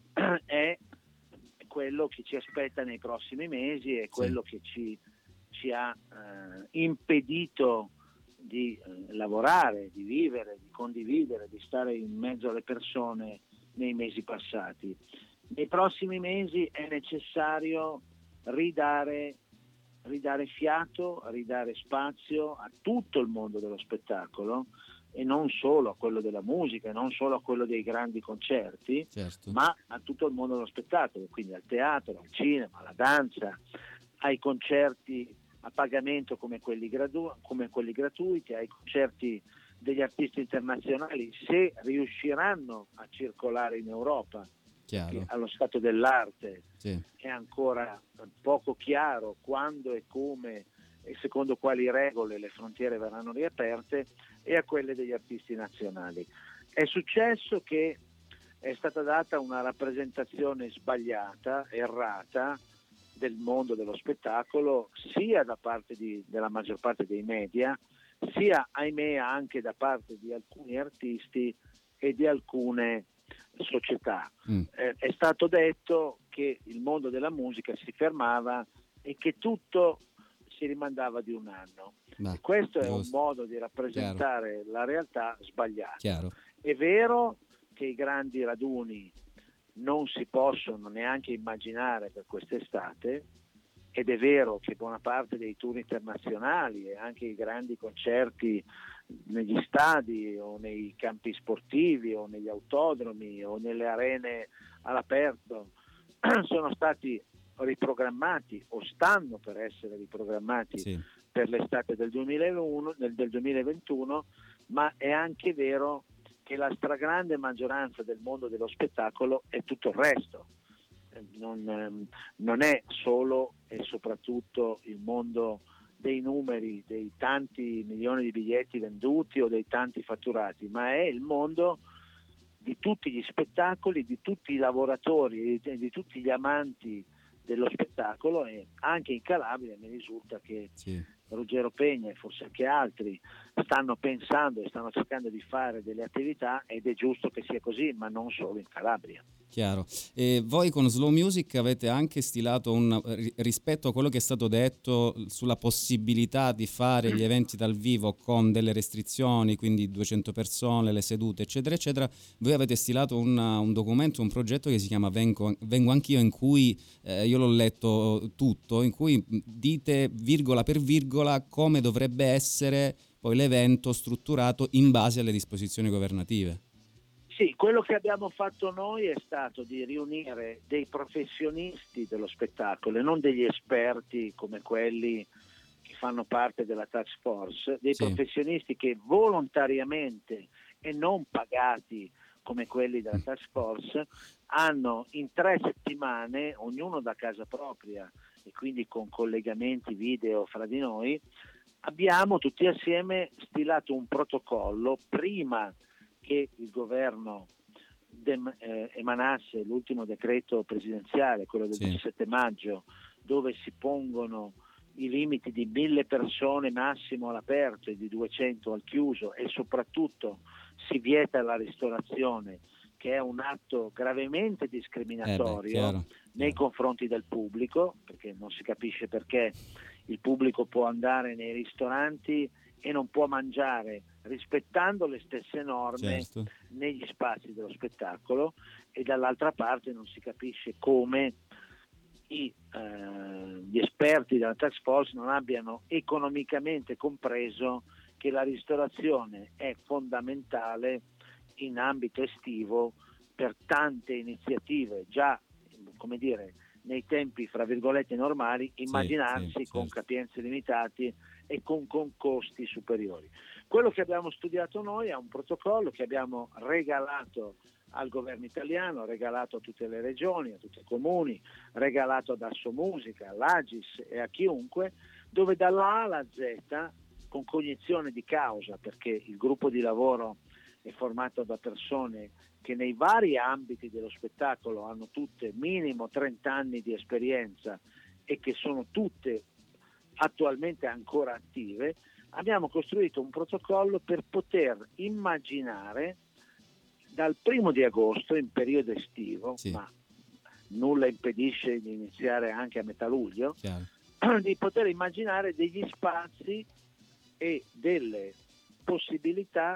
è quello che ci aspetta nei prossimi mesi, è quello che ci, ci ha eh, impedito di eh, lavorare, di vivere, di condividere, di stare in mezzo alle persone nei mesi passati. Nei prossimi mesi è necessario ridare ridare fiato, ridare spazio a tutto il mondo dello spettacolo, e non solo a quello della musica, non solo a quello dei grandi concerti, Certo. ma a tutto il mondo dello spettacolo, quindi al teatro, al cinema, alla danza, ai concerti a pagamento come quelli, gradu- come quelli gratuiti, ai concerti degli artisti internazionali, se riusciranno a circolare in Europa. Chiaro. Allo stato dell'arte Sì. è ancora poco chiaro quando e come e secondo quali regole le frontiere verranno riaperte, e a quelle degli artisti nazionali. È successo che è stata data una rappresentazione sbagliata, errata, del mondo dello spettacolo, sia da parte di, della maggior parte dei media, sia ahimè anche da parte di alcuni artisti e di alcune società. Mm. Eh, è stato detto che il mondo della musica si fermava e che tutto si rimandava di un anno. Beh, questo è un modo di rappresentare Chiaro. la realtà sbagliata. Chiaro. È vero che i grandi raduni non si possono neanche immaginare per quest'estate, ed è vero che buona parte dei tour internazionali e anche i grandi concerti negli stadi o nei campi sportivi o negli autodromi o nelle arene all'aperto sono stati riprogrammati o stanno per essere riprogrammati sì. per l'estate del duemilauno, del, del duemilaventuno, ma è anche vero che la stragrande maggioranza del mondo dello spettacolo è tutto il resto. Non, non è solo e soprattutto il mondo dei numeri, dei tanti milioni di biglietti venduti o dei tanti fatturati, ma è il mondo di tutti gli spettacoli, di tutti i lavoratori, di, di tutti gli amanti dello spettacolo, e anche in Calabria mi risulta che sì. Ruggero Pegna e forse anche altri stanno pensando e stanno cercando di fare delle attività, ed è giusto che sia così, ma non solo in Calabria. Chiaro. E voi con Slow Music avete anche stilato un, rispetto a quello che è stato detto sulla possibilità di fare gli eventi dal vivo con delle restrizioni, quindi duecento persone, le sedute eccetera eccetera, voi avete stilato un, un documento, un progetto che si chiama Vengo, Vengo Anch'io, in cui eh, io l'ho letto tutto, in cui dite virgola per virgola come dovrebbe essere poi l'evento strutturato in base alle disposizioni governative. Sì, quello che abbiamo fatto noi è stato di riunire dei professionisti dello spettacolo e non degli esperti come quelli che fanno parte della task force, dei sì. professionisti che volontariamente e non pagati come quelli della task force hanno in tre settimane, ognuno da casa propria e quindi con collegamenti video fra di noi, abbiamo tutti assieme stilato un protocollo prima che il governo dem- eh, emanasse l'ultimo decreto presidenziale, quello del sì. diciassette maggio, dove si pongono i limiti di mille persone massimo all'aperto e di duecento al chiuso, e soprattutto si vieta la ristorazione, che è un atto gravemente discriminatorio eh beh, chiaro, nei chiaro. confronti del pubblico, perché non si capisce perché il pubblico può andare nei ristoranti e non può mangiare rispettando le stesse norme certo. negli spazi dello spettacolo, e dall'altra parte non si capisce come i, eh, gli esperti della task force non abbiano economicamente compreso che la ristorazione è fondamentale in ambito estivo per tante iniziative già, come dire, nei tempi fra virgolette normali, immaginarsi sì, sì, con certo. capienze limitate e con, con costi superiori. Quello che abbiamo studiato noi è un protocollo che abbiamo regalato al governo italiano, regalato a tutte le regioni, a tutti i comuni, regalato ad Assomusica, all'Agis e a chiunque, dove dalla A alla Z, con cognizione di causa, perché il gruppo di lavoro è formato da persone che nei vari ambiti dello spettacolo hanno tutte minimo trenta anni di esperienza e che sono tutte attualmente ancora attive, abbiamo costruito un protocollo per poter immaginare dal primo di agosto, in periodo estivo, sì. ma nulla impedisce di iniziare anche a metà luglio, Chiaro. di poter immaginare degli spazi e delle possibilità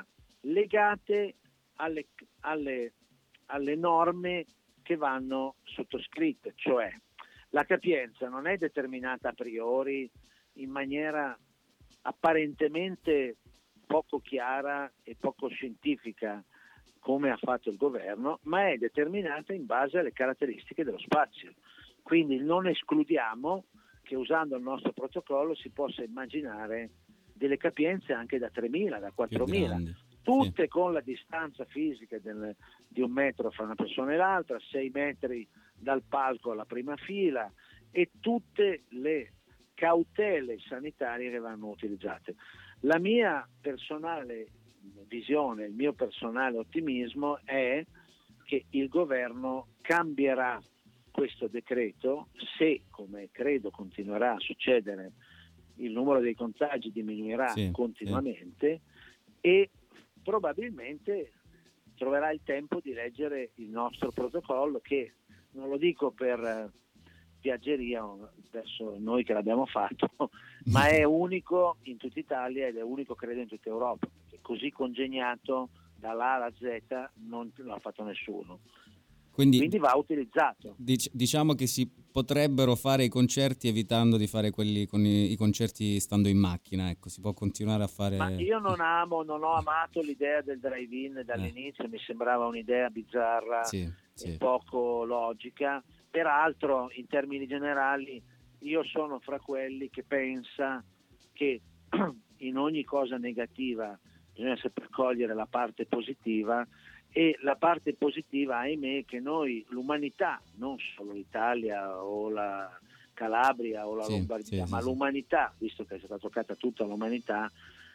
legate alle, alle, alle norme che vanno sottoscritte, cioè la capienza non è determinata a priori in maniera apparentemente poco chiara e poco scientifica come ha fatto il governo, ma è determinata in base alle caratteristiche dello spazio. Quindi non escludiamo che usando il nostro protocollo si possa immaginare delle capienze anche da tremila, da quattromila, tutte sì. con la distanza fisica del, di un metro fra una persona e l'altra, sei metri dal palco alla prima fila, e tutte le cautele sanitarie che vanno utilizzate. La mia personale visione, il mio personale ottimismo è che il governo cambierà questo decreto se, come credo continuerà a succedere, il numero dei contagi diminuirà Sì, continuamente e probabilmente troverà il tempo di leggere il nostro protocollo, che non lo dico per eh, piaggeria, adesso noi che l'abbiamo fatto, ma è unico in tutta Italia ed è unico credo in tutta Europa, perché così congegnato dall'A alla Z non l'ha fatto nessuno. Quindi, Quindi va utilizzato. dic- diciamo che si potrebbero fare i concerti evitando di fare quelli con i, i concerti stando in macchina, ecco, si può continuare a fare... Ma io non amo, non ho amato l'idea del drive-in dall'inizio, Eh. mi sembrava un'idea bizzarra Sì, e sì. poco logica. Peraltro, in termini generali, io sono fra quelli che pensa che in ogni cosa negativa bisogna saper cogliere la parte positiva, e la parte positiva, ahimè, che noi, l'umanità, non solo l'Italia o la Calabria o la Sì, Lombardia, sì, ma sì, sì. l'umanità, visto che è stata toccata tutta l'umanità,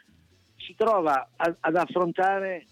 si trova a- ad affrontare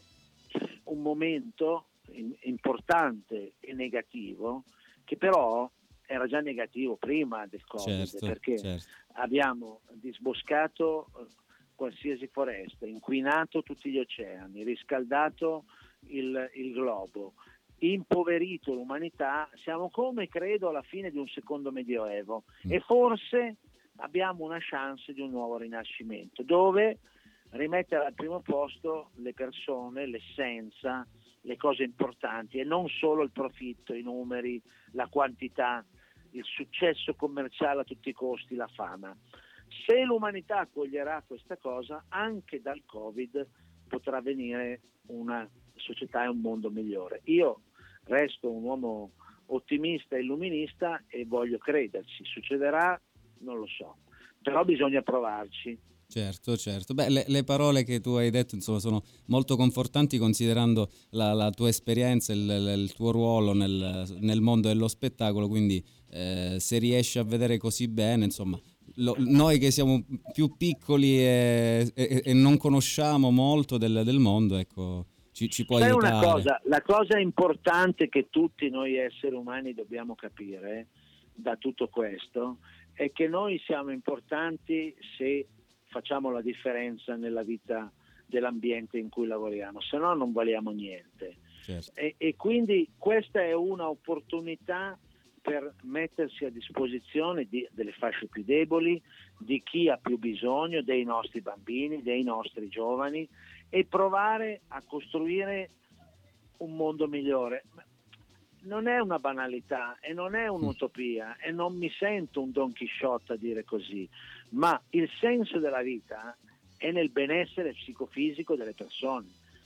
un momento in- importante e negativo, che però era già negativo prima del Covid, Certo, perché certo. abbiamo disboscato eh, qualsiasi foresta, inquinato tutti gli oceani, riscaldato il, il globo, impoverito l'umanità. Siamo come credo alla fine di un secondo medioevo Mm. e forse abbiamo una chance di un nuovo rinascimento, dove rimettere al primo posto le persone, l'essenza, le cose importanti e non solo il profitto, i numeri, la quantità, il successo commerciale a tutti i costi, la fama. Se l'umanità accoglierà questa cosa, anche dal Covid potrà venire una società e un mondo migliore. Io resto un uomo ottimista e illuminista e voglio crederci. Succederà? Non lo so, però bisogna provarci. Certo, certo. Beh, le, le parole che tu hai detto, insomma, sono molto confortanti considerando la, la tua esperienza, il, il tuo ruolo nel, nel mondo dello spettacolo, quindi eh, se riesci a vedere così bene, insomma, lo- noi che siamo più piccoli e, e- e non conosciamo molto del, del mondo, ecco, ci, ci può Sai una aiutare. cosa, la cosa importante che tutti noi esseri umani dobbiamo capire da tutto questo è che noi siamo importanti se facciamo la differenza nella vita dell'ambiente in cui lavoriamo, se no non valiamo niente. Certo. E, e quindi questa è una opportunità per mettersi a disposizione di- delle fasce più deboli, di chi ha più bisogno, dei nostri bambini, dei nostri giovani, e provare a costruire un mondo migliore. Ma non è una banalità e non è un'utopia e non mi sento un Don Chisciotte a dire così, ma il senso della vita è nel benessere psicofisico delle persone.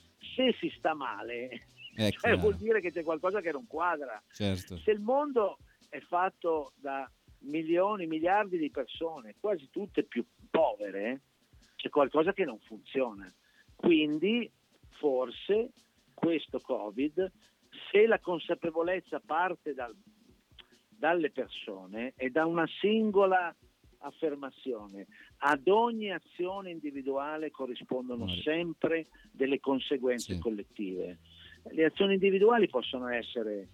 Se si sta male, È cioè chiaro. vuol dire che c'è qualcosa che non quadra. Certo. Se il mondo è fatto da milioni, miliardi di persone, quasi tutte più povere, c'è qualcosa che non funziona. Quindi forse questo Covid, se la consapevolezza parte dal- dalle persone e da una singola affermazione, ad ogni azione individuale corrispondono Mari. sempre delle conseguenze Sì. collettive. Le azioni individuali possono essere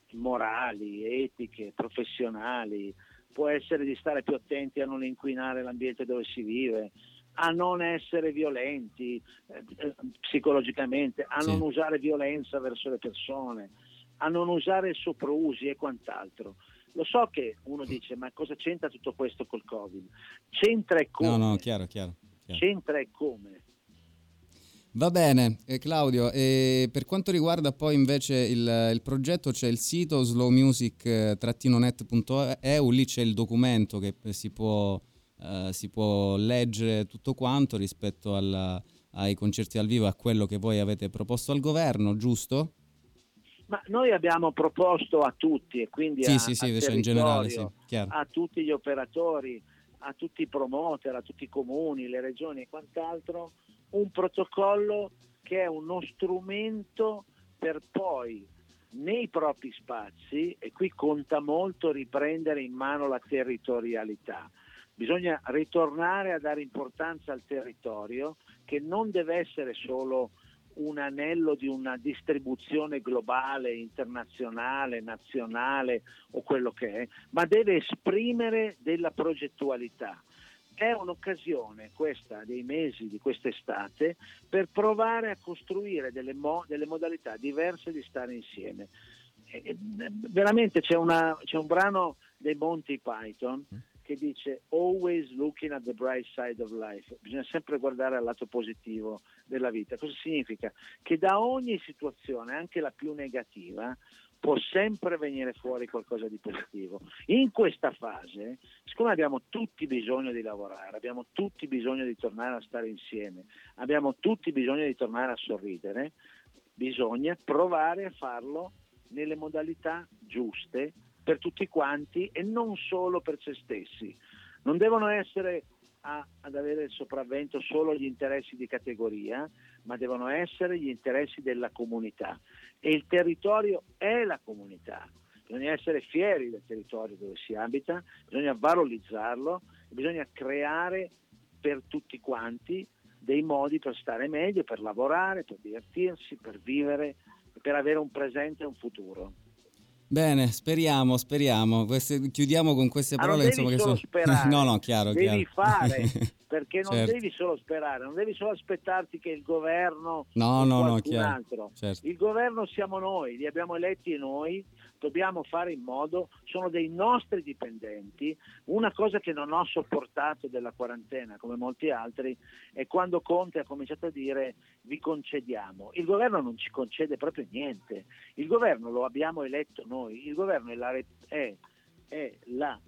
morali, etiche, professionali, può essere di stare più attenti a non inquinare l'ambiente dove si vive, a non essere violenti eh, eh, psicologicamente, a Sì. non usare violenza verso le persone, a non usare soprusi e quant'altro. Lo so che uno dice, ma cosa c'entra tutto questo col Covid? C'entra e come? No, no, chiaro, chiaro. chiaro. C'entra e come? Va bene, eh, Claudio, e per quanto riguarda poi invece il, il progetto, c'è il sito slow music net punto e u, lì c'è il documento che si può, eh, si può leggere tutto quanto rispetto alla- ai concerti dal vivo, a quello che voi avete proposto al governo, giusto? Ma noi abbiamo proposto a tutti, e quindi Sì, a, sì, sì, al invece in generale, sì, territorio, chiaro. a tutti gli operatori, a tutti i promoter, a tutti i comuni, le regioni e quant'altro, un protocollo che è uno strumento per poi nei propri spazi, e qui conta molto riprendere in mano la territorialità. Bisogna ritornare a dare importanza al territorio, che non deve essere solo un anello di una distribuzione globale, internazionale, nazionale o quello che è, ma deve esprimere della progettualità. è un'occasione questa dei mesi di quest'estate per provare a costruire delle, mo- delle modalità diverse di stare insieme. E, e, veramente c'è, una, c'è un brano dei Monty Python che dice always looking at the bright side of life, bisogna sempre guardare al lato positivo della vita. Cosa significa? Che da ogni situazione, anche la più negativa, può sempre venire fuori qualcosa di positivo. In questa fase, siccome abbiamo tutti bisogno di lavorare, abbiamo tutti bisogno di tornare a stare insieme, abbiamo tutti bisogno di tornare a sorridere, bisogna provare a farlo nelle modalità giuste per tutti quanti e non solo per se stessi. Non devono essere a, ad avere il sopravvento solo gli interessi di categoria, ma devono essere gli interessi della comunità. E il territorio è la comunità. Bisogna essere fieri del territorio dove si abita, bisogna valorizzarlo, bisogna creare per tutti quanti dei modi per stare meglio, per lavorare, per divertirsi, per vivere, per avere un presente e un futuro. Bene, speriamo, speriamo. Queste, chiudiamo con queste Ah, parole. non devi insomma, che solo sono... sperare, no, no, chiaro, devi chiaro. fare, perché non Certo. devi solo sperare, non devi solo aspettarti che il governo No, o no, no, qualcun chiaro, altro. certo. Il governo siamo noi, li abbiamo eletti noi, dobbiamo fare in modo, sono dei nostri dipendenti. Una cosa che non ho sopportato della quarantena, come molti altri, è quando Conte ha cominciato a dire vi concediamo. Il governo non ci concede proprio niente, il governo lo abbiamo eletto noi, il governo è la, è, è la,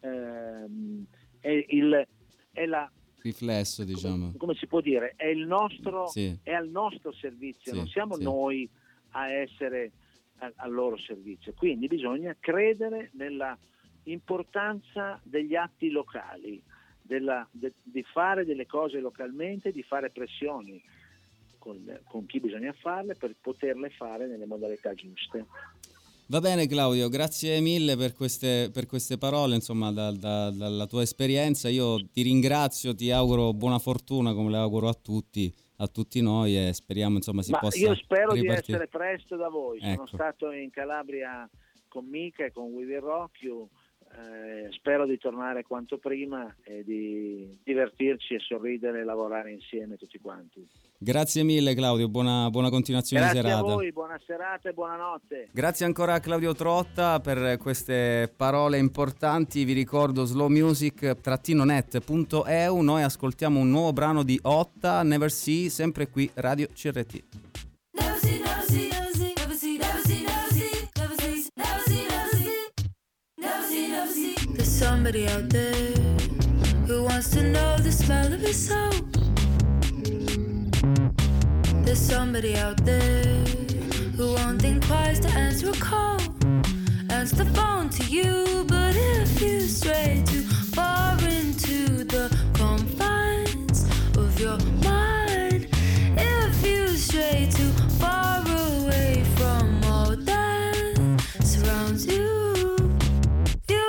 ehm, è il, è la Riflesso, diciamo. come si può dire, è il nostro, Sì. è al nostro servizio, Sì, non siamo sì. noi a essere a- al loro servizio. Quindi bisogna credere nella importanza degli atti locali, della, de- di fare delle cose localmente, di fare pressioni con, con chi bisogna farle per poterle fare nelle modalità giuste. Va bene Claudio, grazie mille per queste, per queste parole, insomma, da- da- dalla tua esperienza. Io ti ringrazio, ti auguro buona fortuna, come le auguro a tutti, a tutti noi, e speriamo, insomma, si Ma possa io spero ripartire. di essere presto da voi. Ecco. Sono stato in Calabria con Mica e con We Will Rock You. Eh, spero di tornare quanto prima e di divertirci e sorridere e lavorare insieme tutti quanti. Grazie mille Claudio, buona, buona continuazione Grazie di serata. a voi, buona serata e buonanotte. Grazie ancora a Claudio Trotta per queste parole importanti. Vi ricordo slowmusic punto net punto e u. Noi ascoltiamo un nuovo brano di Otta, Never See, sempre qui Radio C R T. Never see, never see, never see, never see, never see, never see, never see, never see, never see, never see, never see. There's somebody out there who wants to know the smell of his soul. There's somebody out there who won't think twice to answer a call. Answer the phone to you, but if you stray too far into the confines of your mind, if you stray too far away from all that surrounds you, you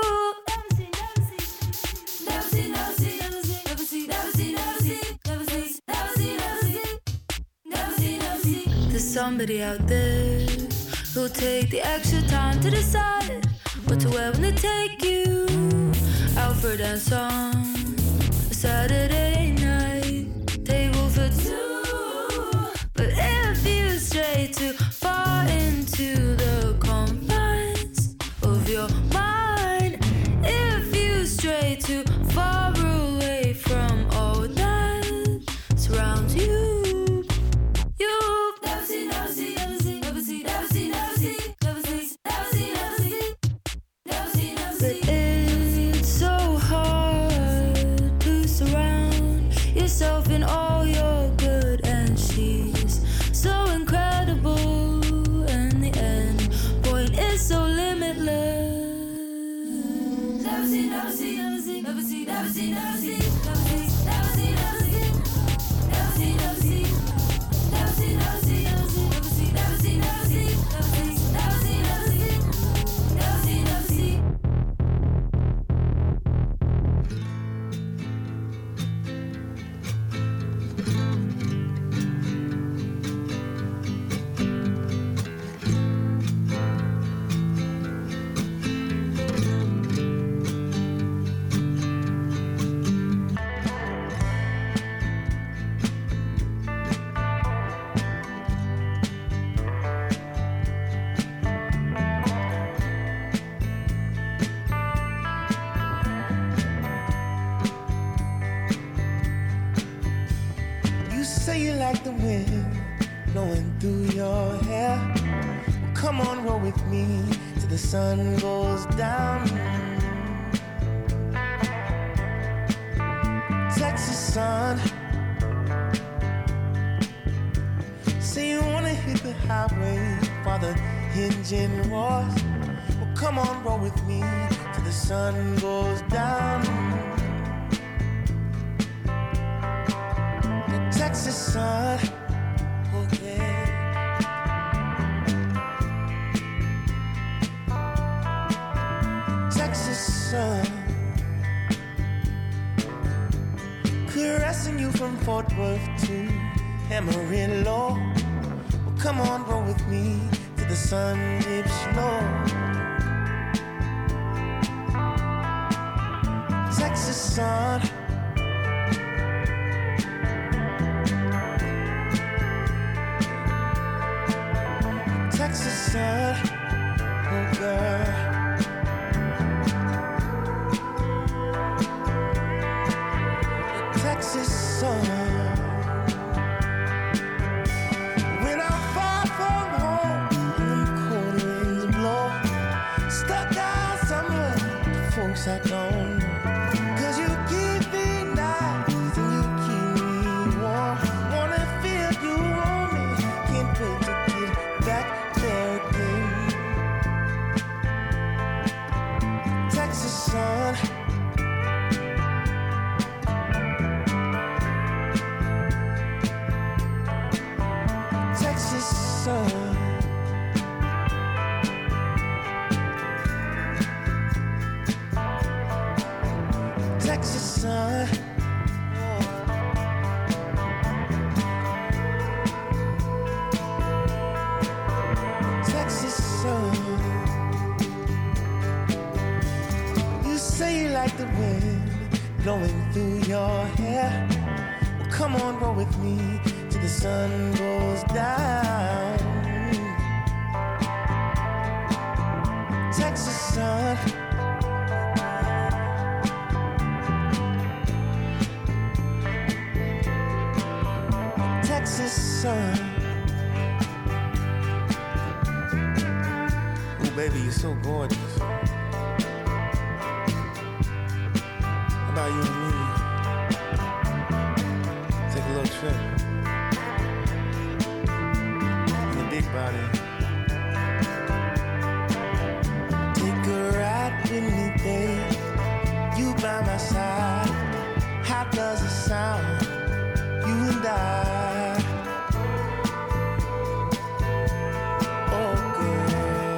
never see, never see, never see, never see, never see, never see, never see, never see, never see, never see, never see. There's somebody out there who'll take the extra time to decide what to wear when they take you out for a dance on a Saturday night, table for two. But if you stray too far into the confines of your mind, if you stray too far away from all that surrounds you, you never see, never see, never see, never see, never see, never see, never see, never see, never see, never see, never see. But it's so hard to surround yourself in all your good, and she's so incredible. come on, roll with me till the sun goes down. Texas sun, say you wanna hit the highway while the engine roars. Well, come on, roll with me till the sun goes down. The Texas sun, oh yeah. Texas sun, caressing you from Fort Worth to Amarillo. Well, come on, roll with me till the sun dips low. Texas sun, Texas sun, oh girl. Texas sun. When I'm far from home and them cold winds blow, stuck out somewhere, the folks I don't know. 'Cause you keep me nice and you keep me warm. Wanna feel you on me, can't wait to get back there again. Texas sun. Texas sun. Texas sun. Texas sun. You say you like the wind blowing through your hair. Well, come on, roll with me till the sun goes down. Texas sun. Texas sun. Oh, baby, you're so gorgeous. How about you and me? Take a little trip. Big body. Take a ride with me, babe. You by my side. How does it sound? You and I. Oh, girl.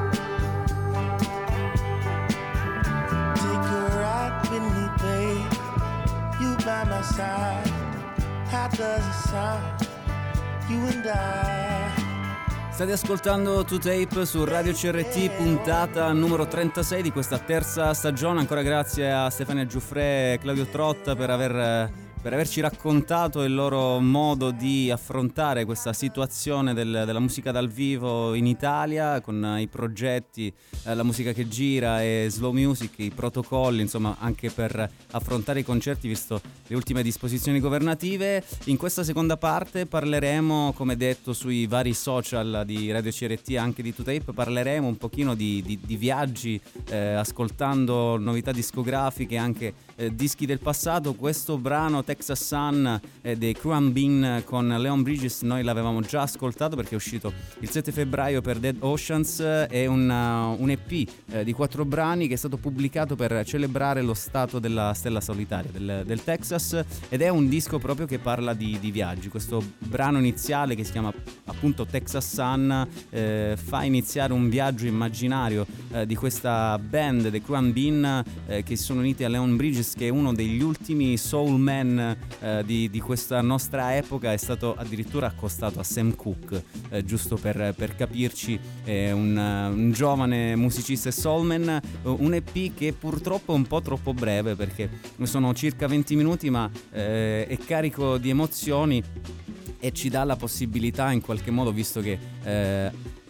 Take a ride with me, babe. You by my side. How does it sound? You and I. State ascoltando To Tape su Radio C R T, puntata numero trentasei di questa terza stagione. Ancora grazie a Stefania Giuffre e Claudio Trotta per aver... per averci raccontato il loro modo di affrontare questa situazione del, della musica dal vivo in Italia, con i progetti, eh, la musica che gira e slow music, i protocolli, insomma, anche per affrontare i concerti visto le ultime disposizioni governative. In questa seconda parte parleremo, come detto, sui vari social di Radio C R T, anche di To Tape, parleremo un pochino di, di, di viaggi, eh, ascoltando novità discografiche, anche eh, dischi del passato. Questo brano Texas Sun eh, dei Cruan Bean con Leon Bridges noi l'avevamo già ascoltato perché è uscito il sette febbraio per Dead Oceans. È una, un E P eh, di quattro brani che è stato pubblicato per celebrare lo stato della stella solitaria del, del Texas, ed è un disco proprio che parla di, di viaggi. Questo brano iniziale, che si chiama appunto Texas Sun, eh, fa iniziare un viaggio immaginario eh, di questa band dei Cruan Bean eh, che si sono uniti a Leon Bridges, che è uno degli ultimi soul man eh, di, di questa nostra epoca. È stato addirittura accostato a Sam Cooke, eh, giusto per, per capirci, è un, un giovane musicista e soulman. Un E P che purtroppo è un po' troppo breve perché sono circa venti minuti, ma eh, è carico di emozioni e ci dà la possibilità in qualche modo, visto che eh,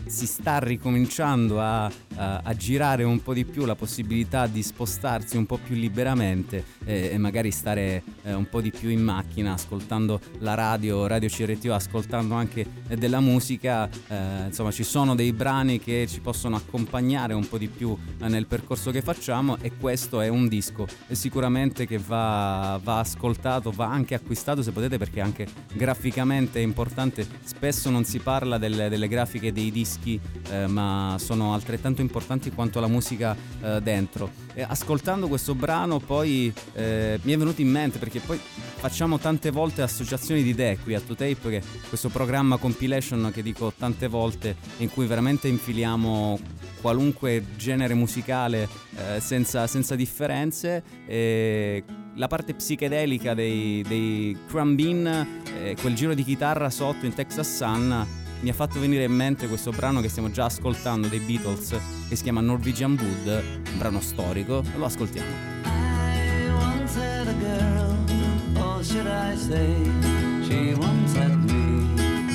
si sta ricominciando a, a, a girare un po' di più, la possibilità di spostarsi un po' più liberamente e, e magari stare eh, un po' di più in macchina ascoltando la radio, Radio C R T O, ascoltando anche eh, della musica. Eh, insomma, ci sono dei brani che ci possono accompagnare un po' di più eh, nel percorso che facciamo, e questo è un disco e sicuramente che va, va ascoltato, va anche acquistato se potete, perché anche graficamente è importante. Spesso non si parla delle, delle grafiche dei dischi, eh, ma sono altrettanto importanti quanto la musica eh, dentro. E ascoltando questo brano poi eh, mi è venuto in mente, perché poi facciamo tante volte associazioni di idee qui a To Tape, che questo programma compilation che dico tante volte, in cui veramente infiliamo qualunque genere musicale eh, senza, senza differenze. E la parte psichedelica dei, dei Crumb Bean, eh, quel giro di chitarra sotto in Texas Sun, mi ha fatto venire in mente questo brano che stiamo già ascoltando dei Beatles, che si chiama Norwegian Wood, un brano storico. Lo ascoltiamo. I once had a girl, or should I say, she once had me.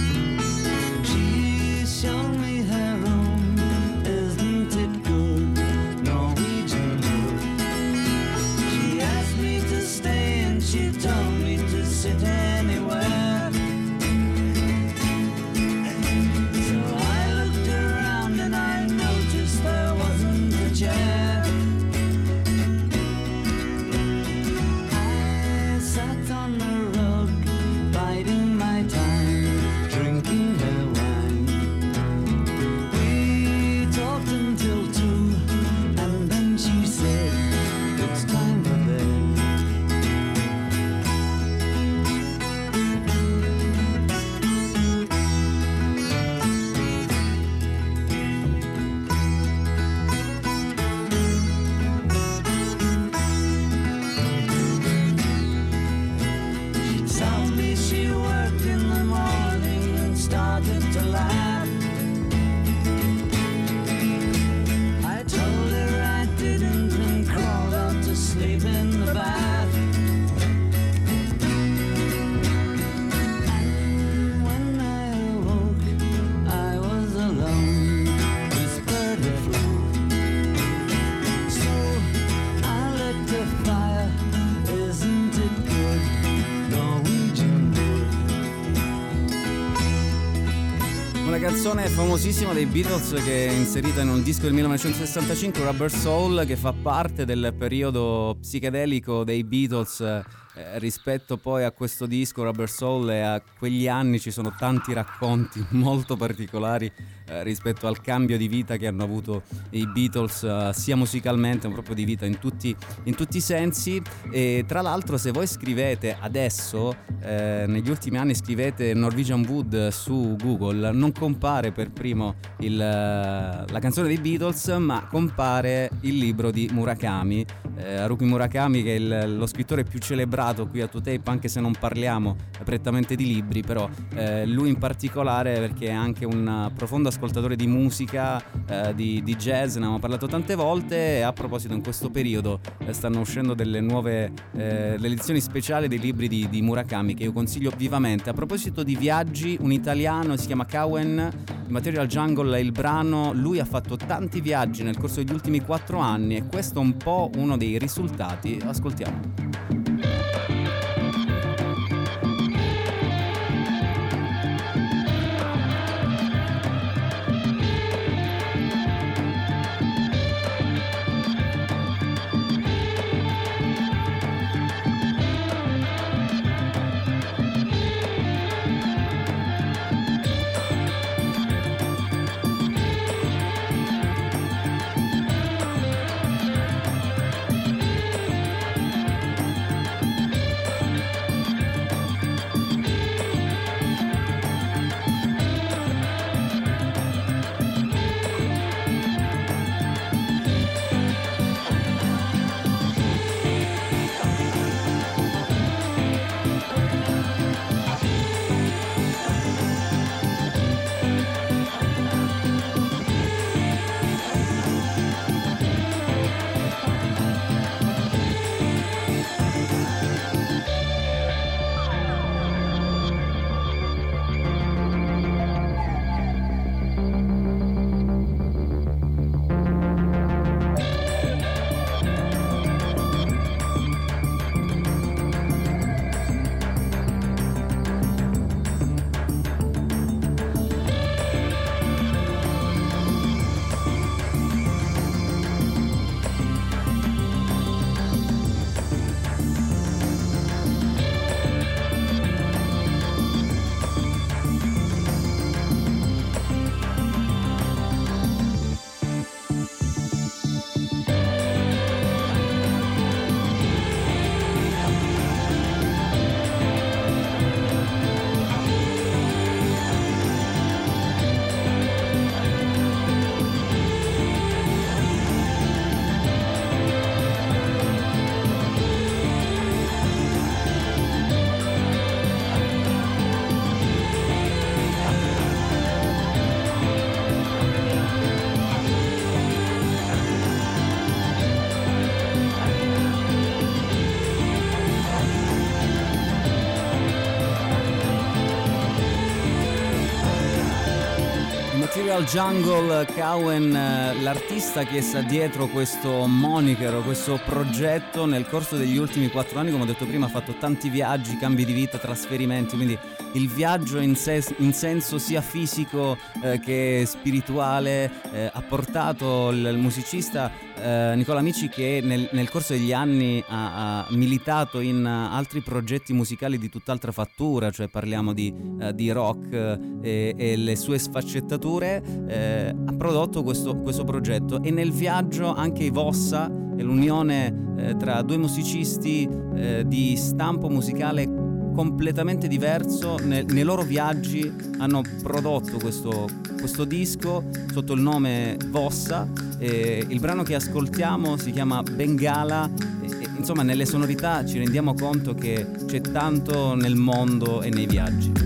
She showed me her room, isn't it good, Norwegian wood. She asked me to stay and she told me to sit anywhere. So I looked around and I noticed there wasn't a chair. I sat on the rug, biding my time, drinking her wine. We talked until two, and then she said, it's time for bed. She told me she worked in the morning and started to laugh. I told her I didn't and crawled out to sleep in the bath. And when I awoke, I was alone, whispered a flew. So I lit the fire, isn't it good, Norwegian wood. Una canzone famosissima dei Beatles che è inserita in un disco del millenovecentosessantacinque, Rubber Soul, che fa parte del periodo psichedelico dei Beatles. Eh, rispetto poi a questo disco Rubber Soul e a quegli anni ci sono tanti racconti molto particolari eh, rispetto al cambio di vita che hanno avuto i Beatles, eh, sia musicalmente ma proprio di vita in tutti, in tutti i sensi. E tra l'altro, se voi scrivete adesso, eh, negli ultimi anni scrivete Norwegian Wood su Google, non compare per primo il, la canzone dei Beatles, ma compare il libro di Murakami, eh, Haruki Murakami, che è il, lo scrittore più celebrato qui a To Tape, anche se non parliamo prettamente di libri, però eh, lui in particolare, perché è anche un profondo ascoltatore di musica, eh, di, di jazz, ne abbiamo parlato tante volte. E a proposito, in questo periodo eh, stanno uscendo delle nuove eh, le edizioni speciali dei libri di, di Murakami, che io consiglio vivamente. A proposito di viaggi, un italiano si chiama Cowen, Material Jungle è il brano. Lui ha fatto tanti viaggi nel corso degli ultimi quattro anni e questo è un po' uno dei risultati. Ascoltiamo. Material Jungle, Cowen, eh, l'artista che sta dietro questo moniker, questo progetto. Nel corso degli ultimi quattro anni, come ho detto prima, ha fatto tanti viaggi, cambi di vita, trasferimenti, quindi il viaggio in, ses- in senso sia fisico eh, che spirituale eh, ha portato il, il musicista eh, Nicola Amici, che nel, nel corso degli anni ha, ha militato in uh, altri progetti musicali di tutt'altra fattura, cioè parliamo di, uh, di rock eh, e, e le sue sfaccettature. Eh, ha prodotto questo, questo progetto, e nel viaggio anche i Vossa è l'unione eh, tra due musicisti eh, di stampo musicale completamente diverso. Nel, nei loro viaggi hanno prodotto questo, questo disco sotto il nome Vossa. Eh, il brano che ascoltiamo si chiama Bengala. E, insomma, nelle sonorità ci rendiamo conto che c'è tanto nel mondo e nei viaggi.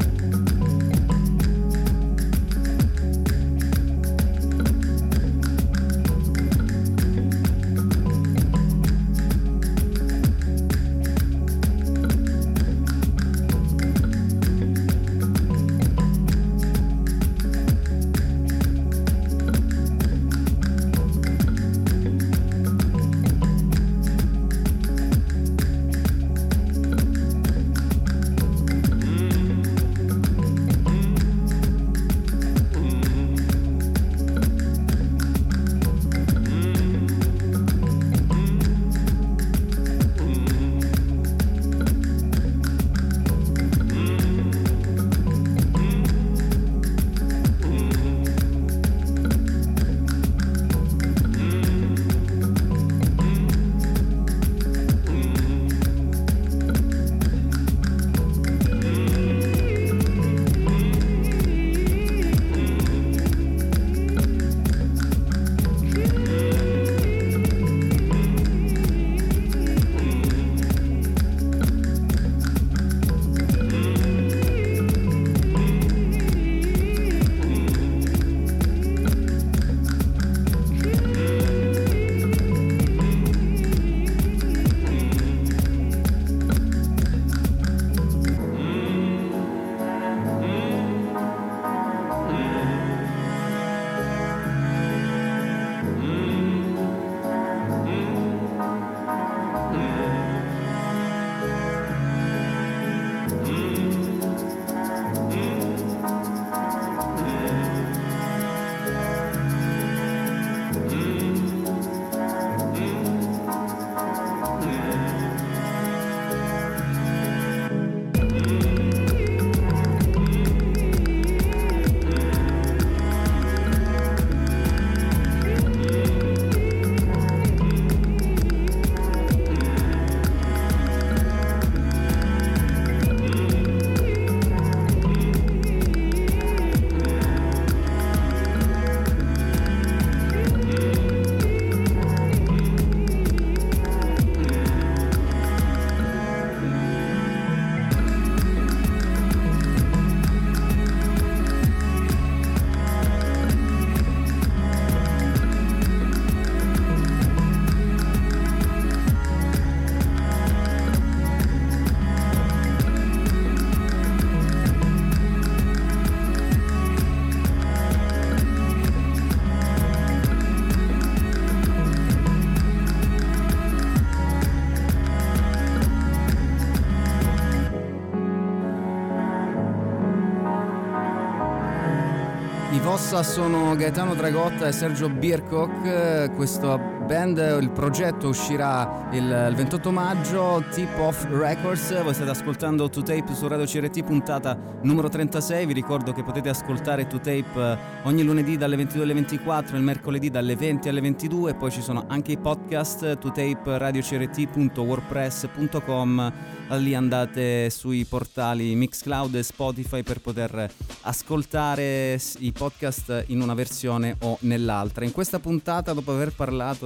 I Vossa sono Gaetano Dragotta e Sergio Birkok. Questa band, il progetto uscirà il, il ventotto maggio, Tip Off Records. Voi state ascoltando To Tape su Radio C R T, puntata numero trentasei. Vi ricordo che potete ascoltare To Tape ogni lunedì dalle ventidue alle ventiquattro, il mercoledì dalle venti alle ventidue. Poi ci sono anche i podcast, To Tape radio c r t punto wordpress punto com. Lì andate sui portali Mixcloud e Spotify per poter ascoltare i podcast in una versione o nell'altra. In questa puntata, dopo aver parlato di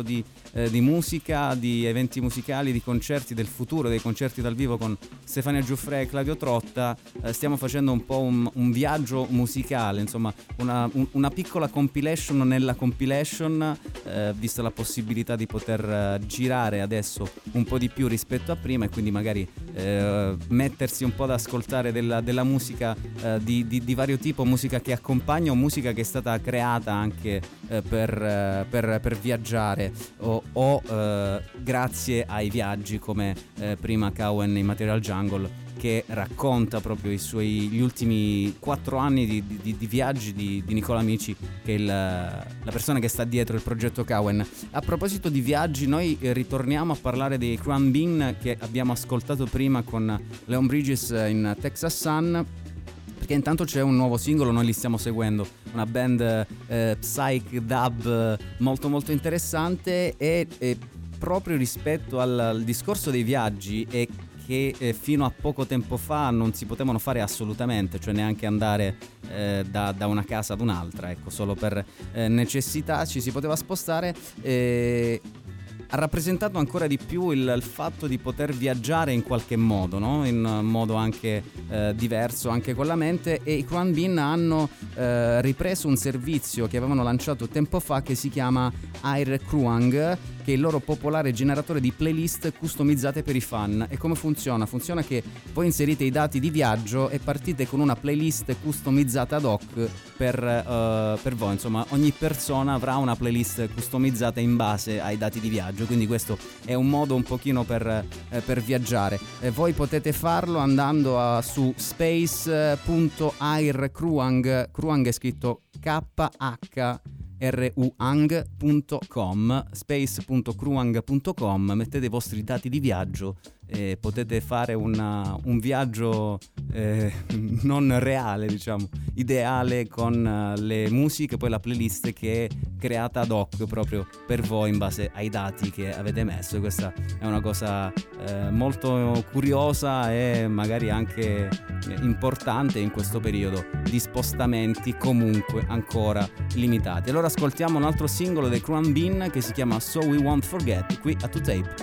di, eh, di musica, di eventi musicali, di concerti del futuro, dei concerti dal vivo con Stefania Giuffre e Claudio Trotta. Eh, stiamo facendo un po' un, un viaggio musicale, insomma una, un, una piccola compilation nella compilation, eh, vista la possibilità di poter eh, girare adesso un po' di più rispetto a prima, e quindi magari eh, mettersi un po' ad ascoltare della, della musica eh, di, di, di vario tipo, musica che accompagna o musica che è stata creata anche eh, per, eh, per, per viaggiare o, o eh, grazie ai viaggi, come eh, prima Cowen in Material Jungle, che racconta proprio i suoi gli ultimi quattro anni di, di, di viaggi di, di Nicola Amici, che è il, la persona che sta dietro il progetto Cowen. A proposito di viaggi, noi eh, ritorniamo a parlare dei Cruan Bean, che abbiamo ascoltato prima con Leon Bridges in Texas Sun, perché intanto c'è un nuovo singolo, noi li stiamo seguendo, una band eh, psych dub molto molto interessante, e, e proprio rispetto al, al discorso dei viaggi, e che eh, fino a poco tempo fa non si potevano fare assolutamente, cioè neanche andare eh, da, da una casa ad un'altra, ecco, solo per eh, necessità ci si poteva spostare. eh, ha rappresentato ancora di più il, il fatto di poter viaggiare in qualche modo, no? In modo anche eh, diverso, anche con la mente, e i Cruan Bean hanno eh, ripreso un servizio che avevano lanciato tempo fa, che si chiama Air Cruang, che è il loro popolare generatore di playlist customizzate per i fan. E come funziona? Funziona che voi inserite i dati di viaggio e partite con una playlist customizzata ad hoc per, uh, per voi, insomma ogni persona avrà una playlist customizzata in base ai dati di viaggio, quindi questo è un modo un pochino per, eh, per viaggiare. E voi potete farlo andando a, su space punto air cruang, Cruang è scritto K H ruang punto com, space punto cruang punto com, mettete i vostri dati di viaggio e potete fare una, un viaggio eh, non reale, diciamo, ideale, con uh, le musiche, poi la playlist che è creata ad hoc proprio per voi in base ai dati che avete messo. E questa è una cosa eh, molto curiosa e magari anche importante in questo periodo di spostamenti comunque ancora limitati. Allora ascoltiamo un altro singolo dei Cruan Bean che si chiama So We Won't Forget, qui a To Tape.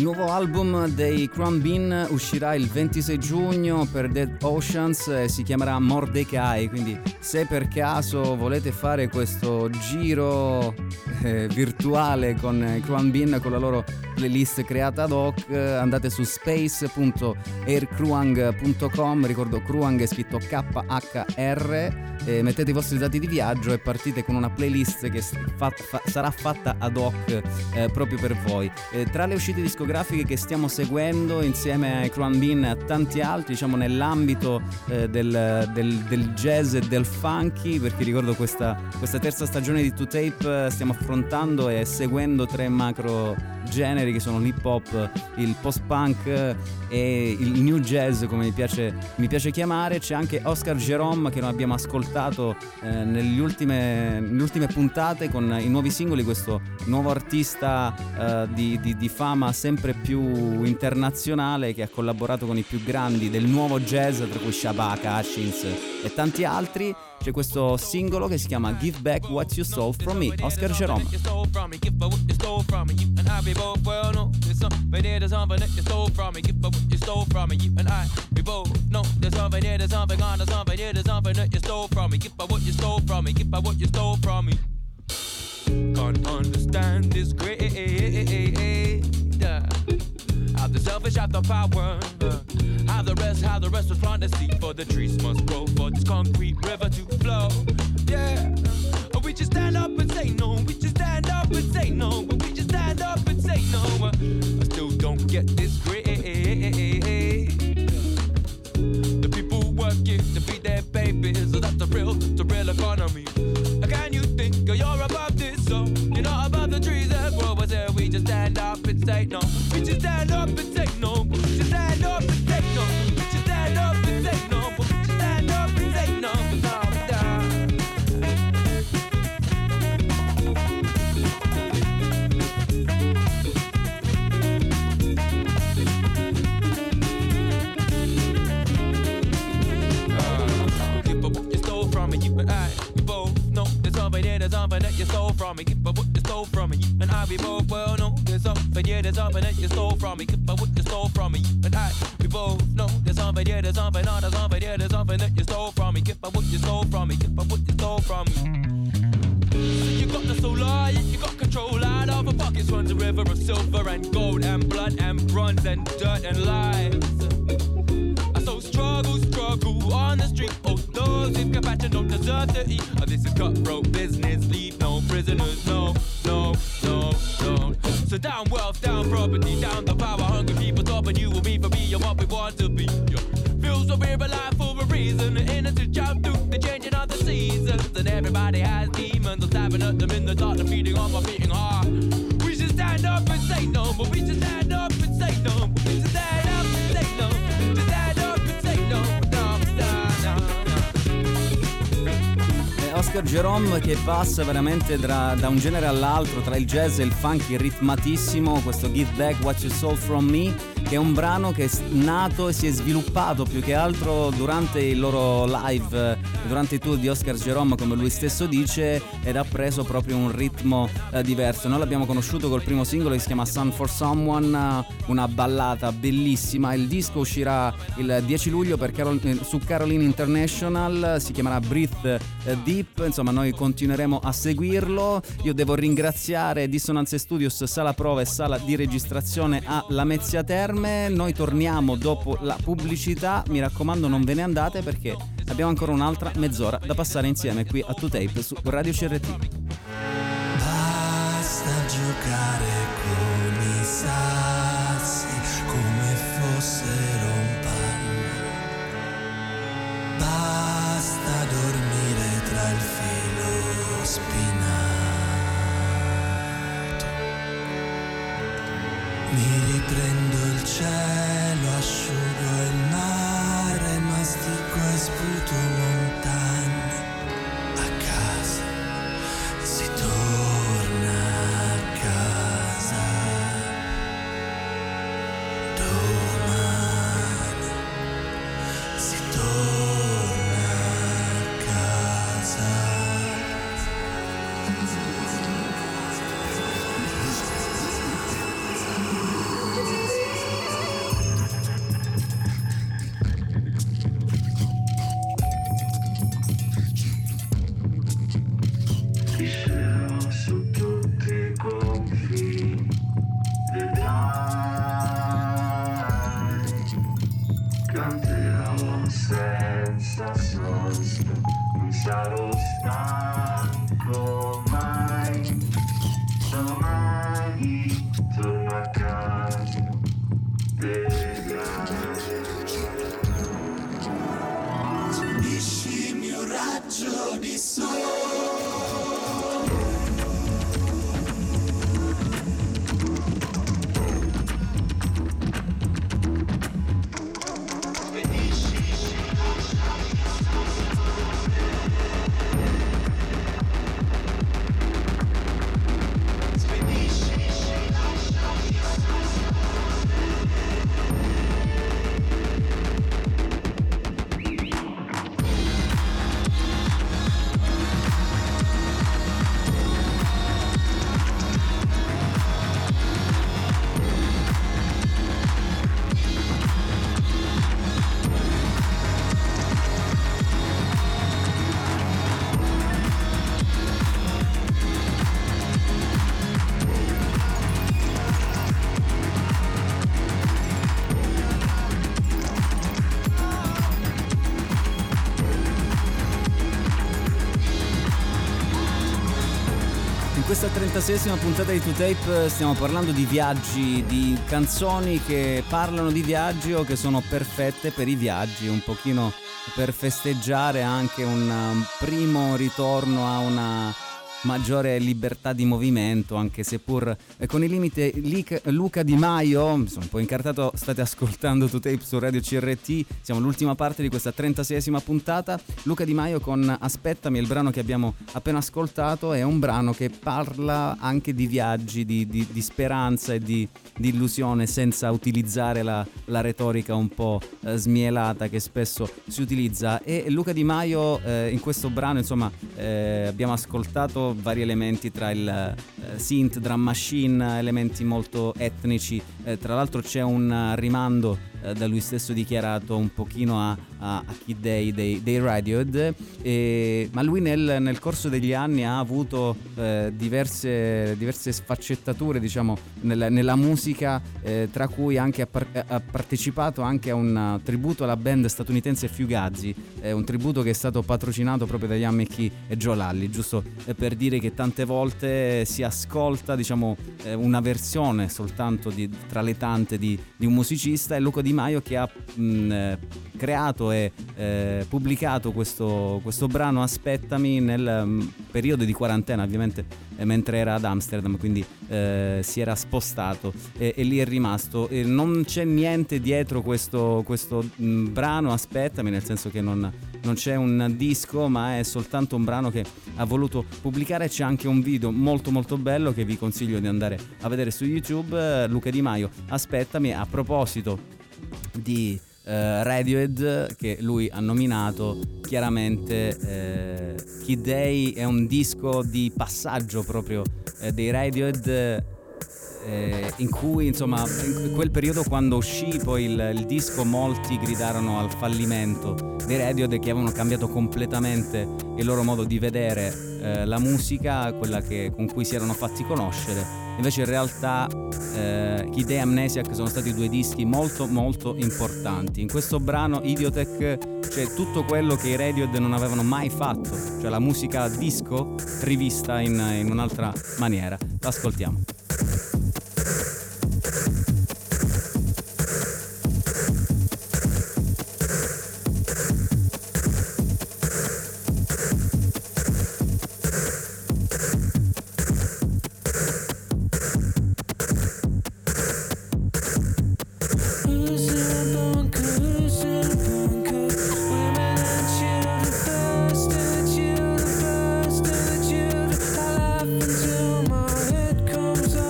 Il nuovo album dei Crown Bean uscirà il ventisei giugno per Dead Oceans e si chiamerà Mordecai, quindi se per caso volete fare questo giro eh, virtuale con i Crown Bean con la loro playlist creata ad hoc, eh, andate su space punto aircruang punto com, ricordo Cruang è scritto K H R, e mettete i vostri dati di viaggio e partite con una playlist che fa, fa, sarà fatta ad hoc eh, proprio per voi. Eh, tra le uscite discografiche che stiamo seguendo insieme ai Crown Bean e a tanti altri, diciamo nell'ambito eh, del, del, del jazz e del funky, perché ricordo questa, questa terza stagione di Two Tape eh, stiamo affrontando e seguendo tre macro generi che sono l'hip hop, il post punk e il new jazz, come mi piace, mi piace chiamare. C'è anche Oscar Jerome che non abbiamo ascoltato eh, nelle, ultime, nelle ultime puntate con i nuovi singoli, questo nuovo artista eh, di, di, di fama sempre più internazionale che ha collaborato con i più grandi del nuovo jazz, tra cui Shabaka, Hutchins e tanti altri. C'è questo singolo che si chiama Give Back What You Stole From Me, Oscar Jerome. Can't understand this great. How the selfish have the power. How the rest, how the rest was planted seed for the trees must grow for this concrete river to flow. Yeah, we just stand up and say no. We just stand up and say no. We just stand up and say no. I still don't get this great. The people working to feed their babies, so that's the real, the real economy. Can you think you're above this? So you're not above the trees that grow. I say we just stand up and say no. We just stand up and say no. We just stand up and say no. We just stand up and say no. We just stand up and say no. No, there's something that you stole from me. Give up what you stole from me. You and I, we both well know there's something, yeah, there's something that you stole from me. Give up what you stole from me. You and I, we both know there's something, yeah, there's something, oh, there's something, yeah, there's something that you stole from me. Give up what you stole from me. Give up what you stole from me. You got the solar, you got control. Out of our pockets runs a river of silver and gold and blood and bronze and dirt and lies. So struggle, struggle on the street. Oh, those with compassion don't deserve to eat. Oh, this is cutthroat business. Leave no prisoners. No, no, no, no. So down wealth, down property, down the power. Hungry people stopping you and me for being what we want to be. Yeah. Feels so we're alive for a reason. The innocent jump through the changing of the seasons. And everybody has demons. I'm stabbing at them in the dark and feeding on my beating heart. We should stand up and say no. But we should stand up and say no. We should stand up and say no. Just stand up. Oscar Jerome che passa veramente tra, da un genere all'altro, tra il jazz e il funky ritmatissimo, questo Give Back What You Stole From Me, che è un brano che è nato e si è sviluppato più che altro durante il loro live, durante i tour di Oscar Jerome, come lui stesso dice, ed ha preso proprio un ritmo eh, diverso. Noi l'abbiamo conosciuto col primo singolo che si chiama Sun for Someone, una ballata bellissima. Il disco uscirà il dieci luglio per Carol- su Caroline International, si chiamerà Breathe Deep. Insomma, noi continueremo a seguirlo. Io devo ringraziare Dissonance Studios, sala prova e sala di registrazione a Lamezia Terme. Noi torniamo dopo la pubblicità, mi raccomando non ve ne andate perché abbiamo ancora un'altra mezz'ora da passare insieme qui a Two Tape su Radio C R T. Basta giocare con i sassi come fossero un pallone. Basta dormire tra il filo spinato. Mi riprendo il cielo, asciugo il mare, mastico e sputo montagne. A casa si torna a casa. Domani si torna a casa. Thank you. Unisci il mio raggio di sole. In questa trentaseiesima puntata di To Tape stiamo parlando di viaggi, di canzoni che parlano di viaggi o che sono perfette per i viaggi, un pochino per festeggiare anche un primo ritorno a una maggiore libertà di movimento, anche se pur eh, con il limite. Luca Di Maio, mi sono un po' incartato, state ascoltando To Tape su Radio C R T, siamo all'ultima parte di questa trentaseiesima puntata. Luca Di Maio con Aspettami, il brano che abbiamo appena ascoltato, è un brano che parla anche di viaggi, di, di, di speranza e di, di illusione, senza utilizzare la, la retorica un po' eh, smielata che spesso si utilizza. E Luca Di Maio eh, in questo brano, insomma, eh, abbiamo ascoltato vari elementi tra il eh, synth, drum machine, elementi molto etnici, eh, tra l'altro c'è un uh, rimando eh, da lui stesso dichiarato un pochino a, a, a Kid Day dei, dei Radiohead, e, ma lui nel, nel corso degli anni ha avuto eh, diverse, diverse sfaccettature, diciamo, nella, nella musica, eh, tra cui anche ha, par- ha partecipato anche a un uh, tributo alla band statunitense Fugazi, eh, un tributo che è stato patrocinato proprio da Yamiki e Joe Lalli, giusto eh, per dire che tante volte si ascolta, diciamo, eh, una versione soltanto di, tra le tante di, di un musicista. E Luca Di Maio che ha mh, eh, creato e eh, pubblicato questo, questo brano Aspettami nel mh, periodo di quarantena, ovviamente eh, mentre era ad Amsterdam, quindi eh, si era spostato e, e lì è rimasto. E non c'è niente dietro questo, questo mh, brano Aspettami, nel senso che non, non c'è un disco, ma è soltanto un brano che ha voluto pubblicare. C'è anche un video molto molto bello che vi consiglio di andare a vedere su YouTube. Luca Di Maio Aspettami, a proposito di eh, Radiohead, che lui ha nominato chiaramente eh, Kid Day è un disco di passaggio proprio eh, dei Radiohead, eh, in cui, insomma, in quel periodo, quando uscì poi il, il disco, molti gridarono al fallimento dei Radiohead, che avevano cambiato completamente il loro modo di vedere eh, la musica, quella che, con cui si erano fatti conoscere. Invece in realtà eh, Kid Day e Amnesiac sono stati due dischi molto molto importanti. In questo brano Idiotech c'è tutto quello che i Radiohead non avevano mai fatto, cioè la musica disco rivista in, in un'altra maniera. L'ascoltiamo. Comes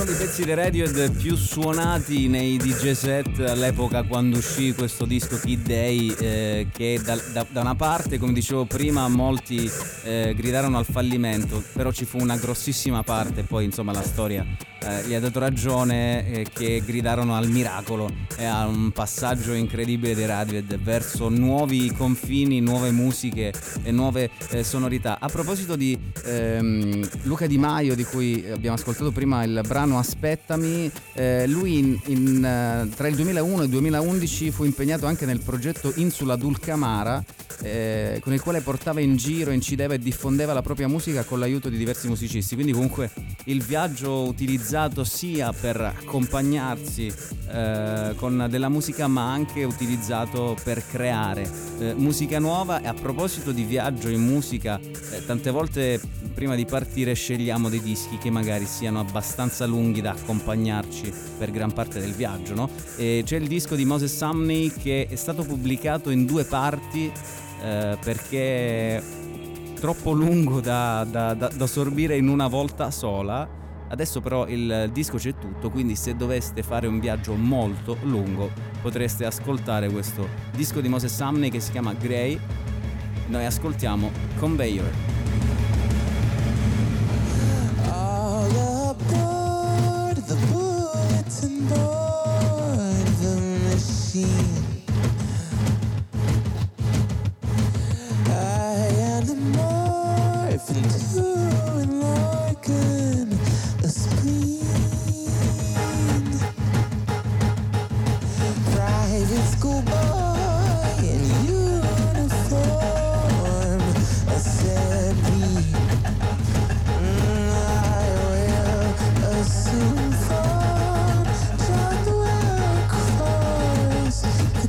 uno dei pezzi di Radiohead più suonati nei D J set all'epoca quando uscì questo disco Kid Day, eh, che da, da, da una parte, come dicevo prima, molti eh, gridarono al fallimento, però ci fu una grossissima parte, poi insomma la storia eh, gli ha dato ragione, eh, che gridarono al miracolo e a un passaggio incredibile di Radiohead verso nuovi confini, nuove musiche e nuove eh, sonorità. A proposito di ehm, Luca Di Maio, di cui abbiamo ascoltato prima il brano Aspettami, eh, lui in, in, uh, tra il duemilauno e il duemilaundici fu impegnato anche nel progetto Insula Dulcamara, eh, con il quale portava in giro, incideva e diffondeva la propria musica con l'aiuto di diversi musicisti. Quindi comunque il viaggio utilizzato sia per accompagnarsi eh, con della musica, ma anche utilizzato per creare eh, musica nuova. E a proposito di viaggio in musica, eh, tante volte prima di partire scegliamo dei dischi che magari siano abbastanza lunghi da accompagnarci per gran parte del viaggio, no? E c'è il disco di Moses Sumney che è stato pubblicato in due parti eh, perché è troppo lungo da, da, da, da sorbire in una volta sola. Adesso però il disco c'è tutto, quindi se doveste fare un viaggio molto lungo potreste ascoltare questo disco di Moses Sumney che si chiama Grey. Noi ascoltiamo Conveyor. All aboard the bulletin board, the machine. I and the morph into an organ, a spleen. Private school boy in uniform, a sad beat. I will assume form, jump across the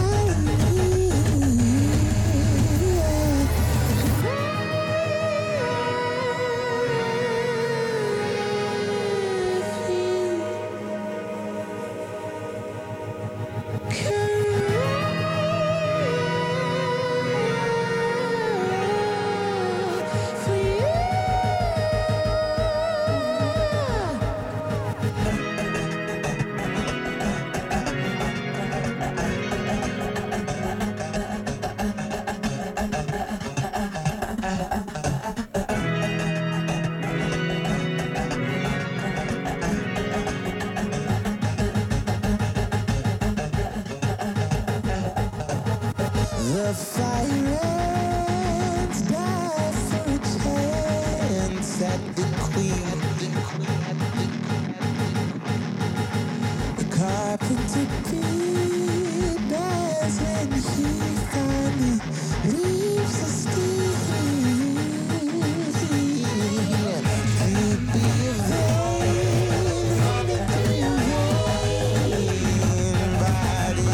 The fire ants die for a chance at the queen. The carpenter bee dies when he finally leaves the steam. He'd be a vein on the green body.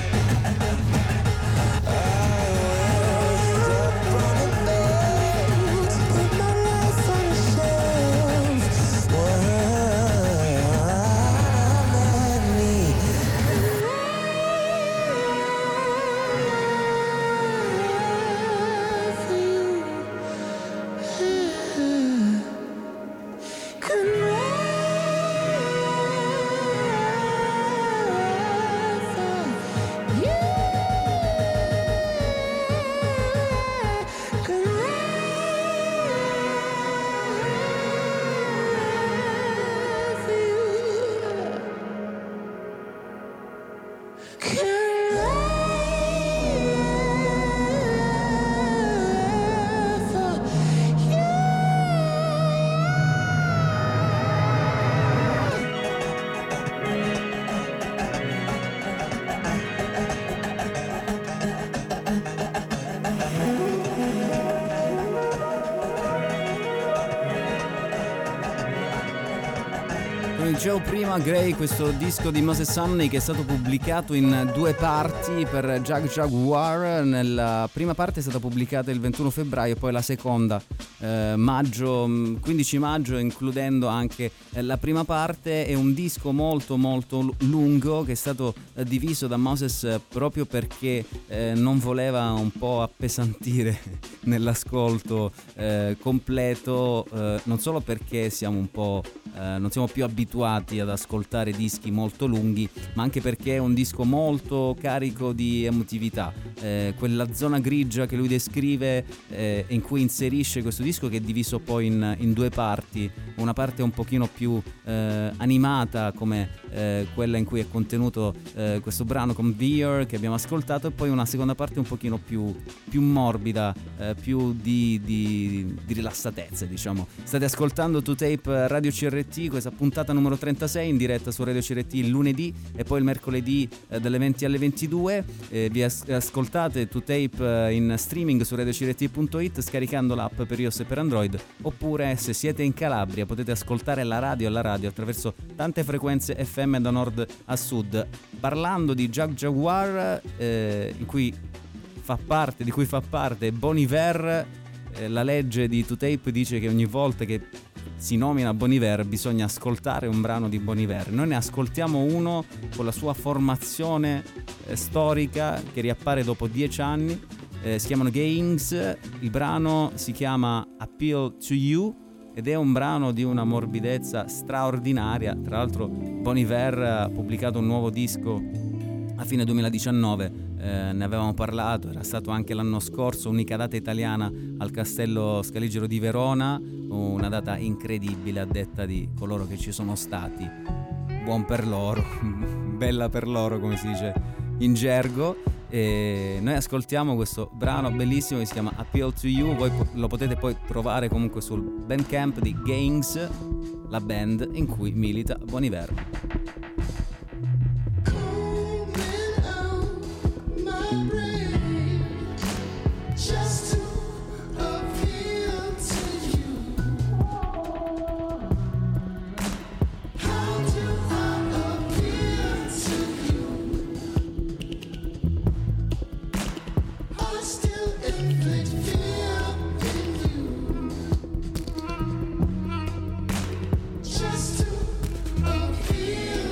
Dicevo prima, Grey, questo disco di Moses Sumney che è stato pubblicato in due parti per Jag Jaguar. Nella prima parte è stata pubblicata il ventuno febbraio e poi la seconda eh, maggio, quindici maggio, includendo anche eh, la prima parte. È un disco molto molto lungo che è stato eh, diviso da Moses eh, proprio perché eh, non voleva un po' appesantire nell'ascolto eh, completo, eh, non solo perché siamo un po' eh, non siamo più abituati abituati ad ascoltare dischi molto lunghi, ma anche perché è un disco molto carico di emotività, eh, quella zona grigia che lui descrive, eh, in cui inserisce questo disco, che è diviso poi in, in due parti, una parte un pochino più eh, animata come eh, quella in cui è contenuto eh, questo brano con Veer che abbiamo ascoltato, e poi una seconda parte un pochino più, più morbida, eh, più di, di, di rilassatezza, diciamo. State ascoltando To Tape Radio C R T, questa puntata numero trentasei, in diretta su Radio C R T il lunedì e poi il mercoledì eh, dalle venti alle ventidue. Eh, vi as- ascoltate To Tape eh, in streaming su radio c r t punto it, scaricando l'app per iOS e per Android, oppure se siete in Calabria potete ascoltare la radio alla radio attraverso tante frequenze F M da nord a sud. Parlando di Jack Jaguar, eh, in cui fa parte, di cui fa parte Bon Iver, eh, la legge di To Tape dice che ogni volta che si nomina Bon Iver bisogna ascoltare un brano di Bon Iver. Noi ne ascoltiamo uno con la sua formazione eh, storica, che riappare dopo dieci anni. Eh, si chiamano Gangs, il brano si chiama Appeal to You ed è un brano di una morbidezza straordinaria. Tra l'altro Bon Iver ha pubblicato un nuovo disco a fine duemiladiciannove, eh, ne avevamo parlato, era stato anche l'anno scorso unica data italiana al Castello Scaligero di Verona, una data incredibile a detta di coloro che ci sono stati. Buon per loro, bella per loro come si dice in gergo. E noi ascoltiamo questo brano bellissimo che si chiama Appeal to You. Voi lo potete poi trovare comunque sul Bandcamp di Gangs, la band in cui milita Bon Iver. Just to appeal to you. How do I appeal to you? I still inflict fear in you. Just to appeal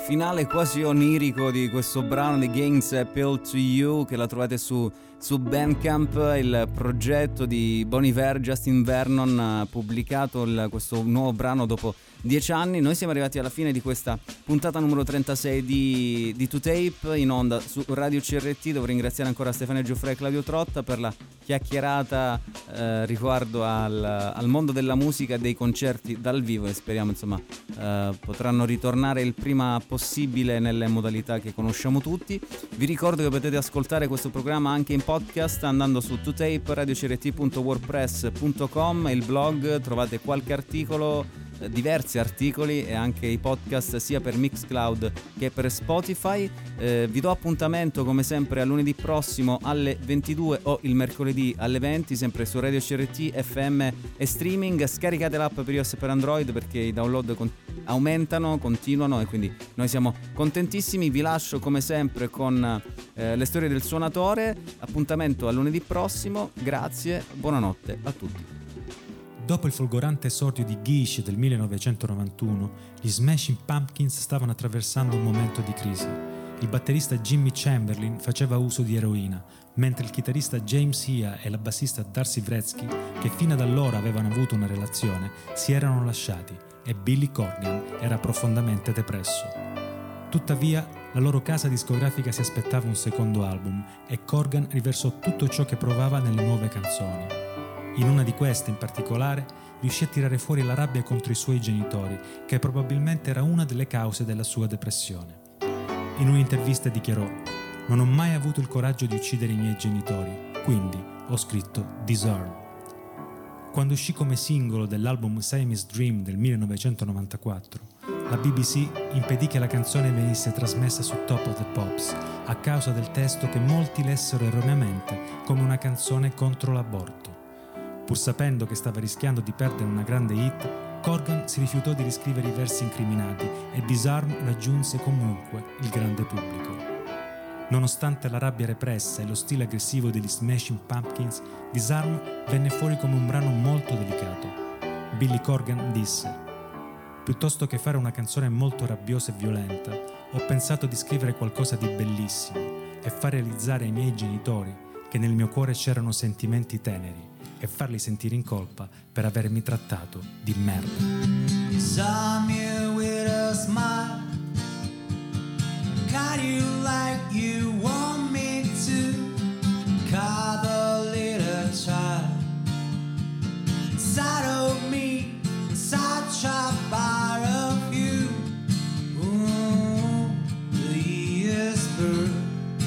finale quasi onirico di questo brano di Gangs Appeal to You, che la trovate su, su Bandcamp, il progetto di Bon Iver. Justin Vernon ha pubblicato il, questo nuovo brano dopo dieci anni. Noi siamo arrivati alla fine di questa puntata numero trentasei di, di To Tape in onda su Radio C R T. Devo ringraziare ancora Stefania Giuffre e Claudio Trotta per la chiacchierata eh, riguardo al, al mondo della musica e dei concerti dal vivo, e speriamo insomma eh, potranno ritornare il prima possibile nelle modalità che conosciamo tutti. Vi ricordo che potete ascoltare questo programma anche in podcast andando su To Tape radio c r t punto wordpress punto com, il blog, trovate qualche articolo, diversi articoli, e anche i podcast sia per Mixcloud che per Spotify. Eh, vi do appuntamento come sempre a lunedì prossimo alle ventidue o il mercoledì alle venti, sempre su Radio C R T, F M e streaming. Scaricate l'app per iOS e per Android perché i download con- aumentano, continuano, e quindi noi siamo contentissimi. Vi lascio come sempre con eh, le storie del suonatore. Appuntamento a lunedì prossimo, grazie, buonanotte a tutti. Dopo il folgorante esordio di Gish del millenovecentonovantuno, gli Smashing Pumpkins stavano attraversando un momento di crisi. Il batterista Jimmy Chamberlin faceva uso di eroina, mentre il chitarrista James Hia e la bassista Darcy Wretzky, che fino ad allora avevano avuto una relazione, si erano lasciati e Billy Corgan era profondamente depresso. Tuttavia, la loro casa discografica si aspettava un secondo album e Corgan riversò tutto ciò che provava nelle nuove canzoni. In una di queste, in particolare, riuscì a tirare fuori la rabbia contro i suoi genitori, che probabilmente era una delle cause della sua depressione. In un'intervista dichiarò: «Non ho mai avuto il coraggio di uccidere i miei genitori, quindi ho scritto Disarm». Quando uscì come singolo dell'album Siamese Dream del millenovecentonovantaquattro, la B B C impedì che la canzone venisse trasmessa su Top of the Pops a causa del testo che molti lessero erroneamente come una canzone contro l'aborto. Pur sapendo che stava rischiando di perdere una grande hit, Corgan si rifiutò di riscrivere i versi incriminati e Disarm raggiunse comunque il grande pubblico. Nonostante la rabbia repressa e lo stile aggressivo degli Smashing Pumpkins, Disarm venne fuori come un brano molto delicato. Billy Corgan disse: «Piuttosto che fare una canzone molto rabbiosa e violenta, ho pensato di scrivere qualcosa di bellissimo e far realizzare ai miei genitori che nel mio cuore c'erano sentimenti teneri e farli sentire in colpa per avermi trattato di merda». Saw me with a smile, got you like you want me to, carve a little child inside of me, such a bar of you. Ooh, the years burn.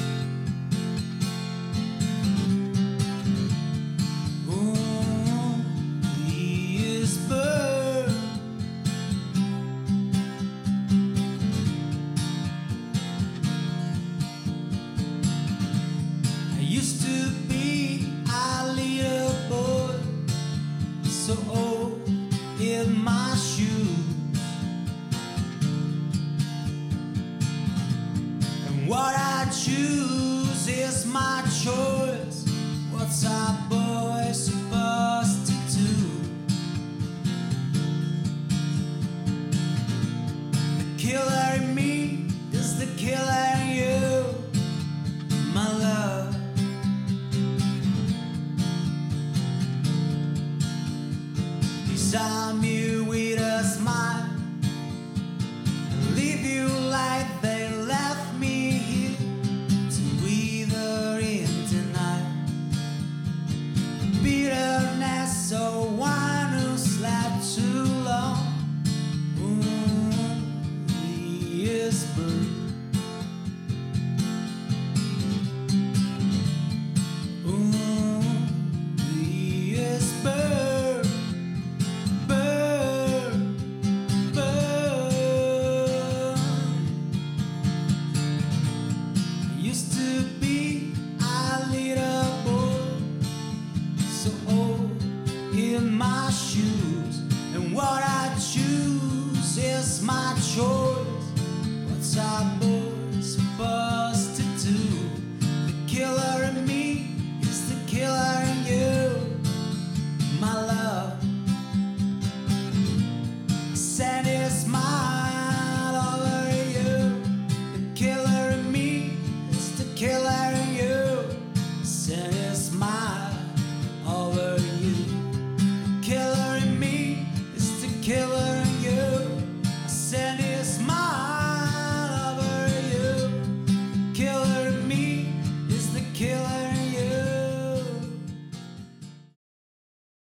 What I choose is my choice. What's a boy supposed to do? The killer in me is the killer in you, my love. Desire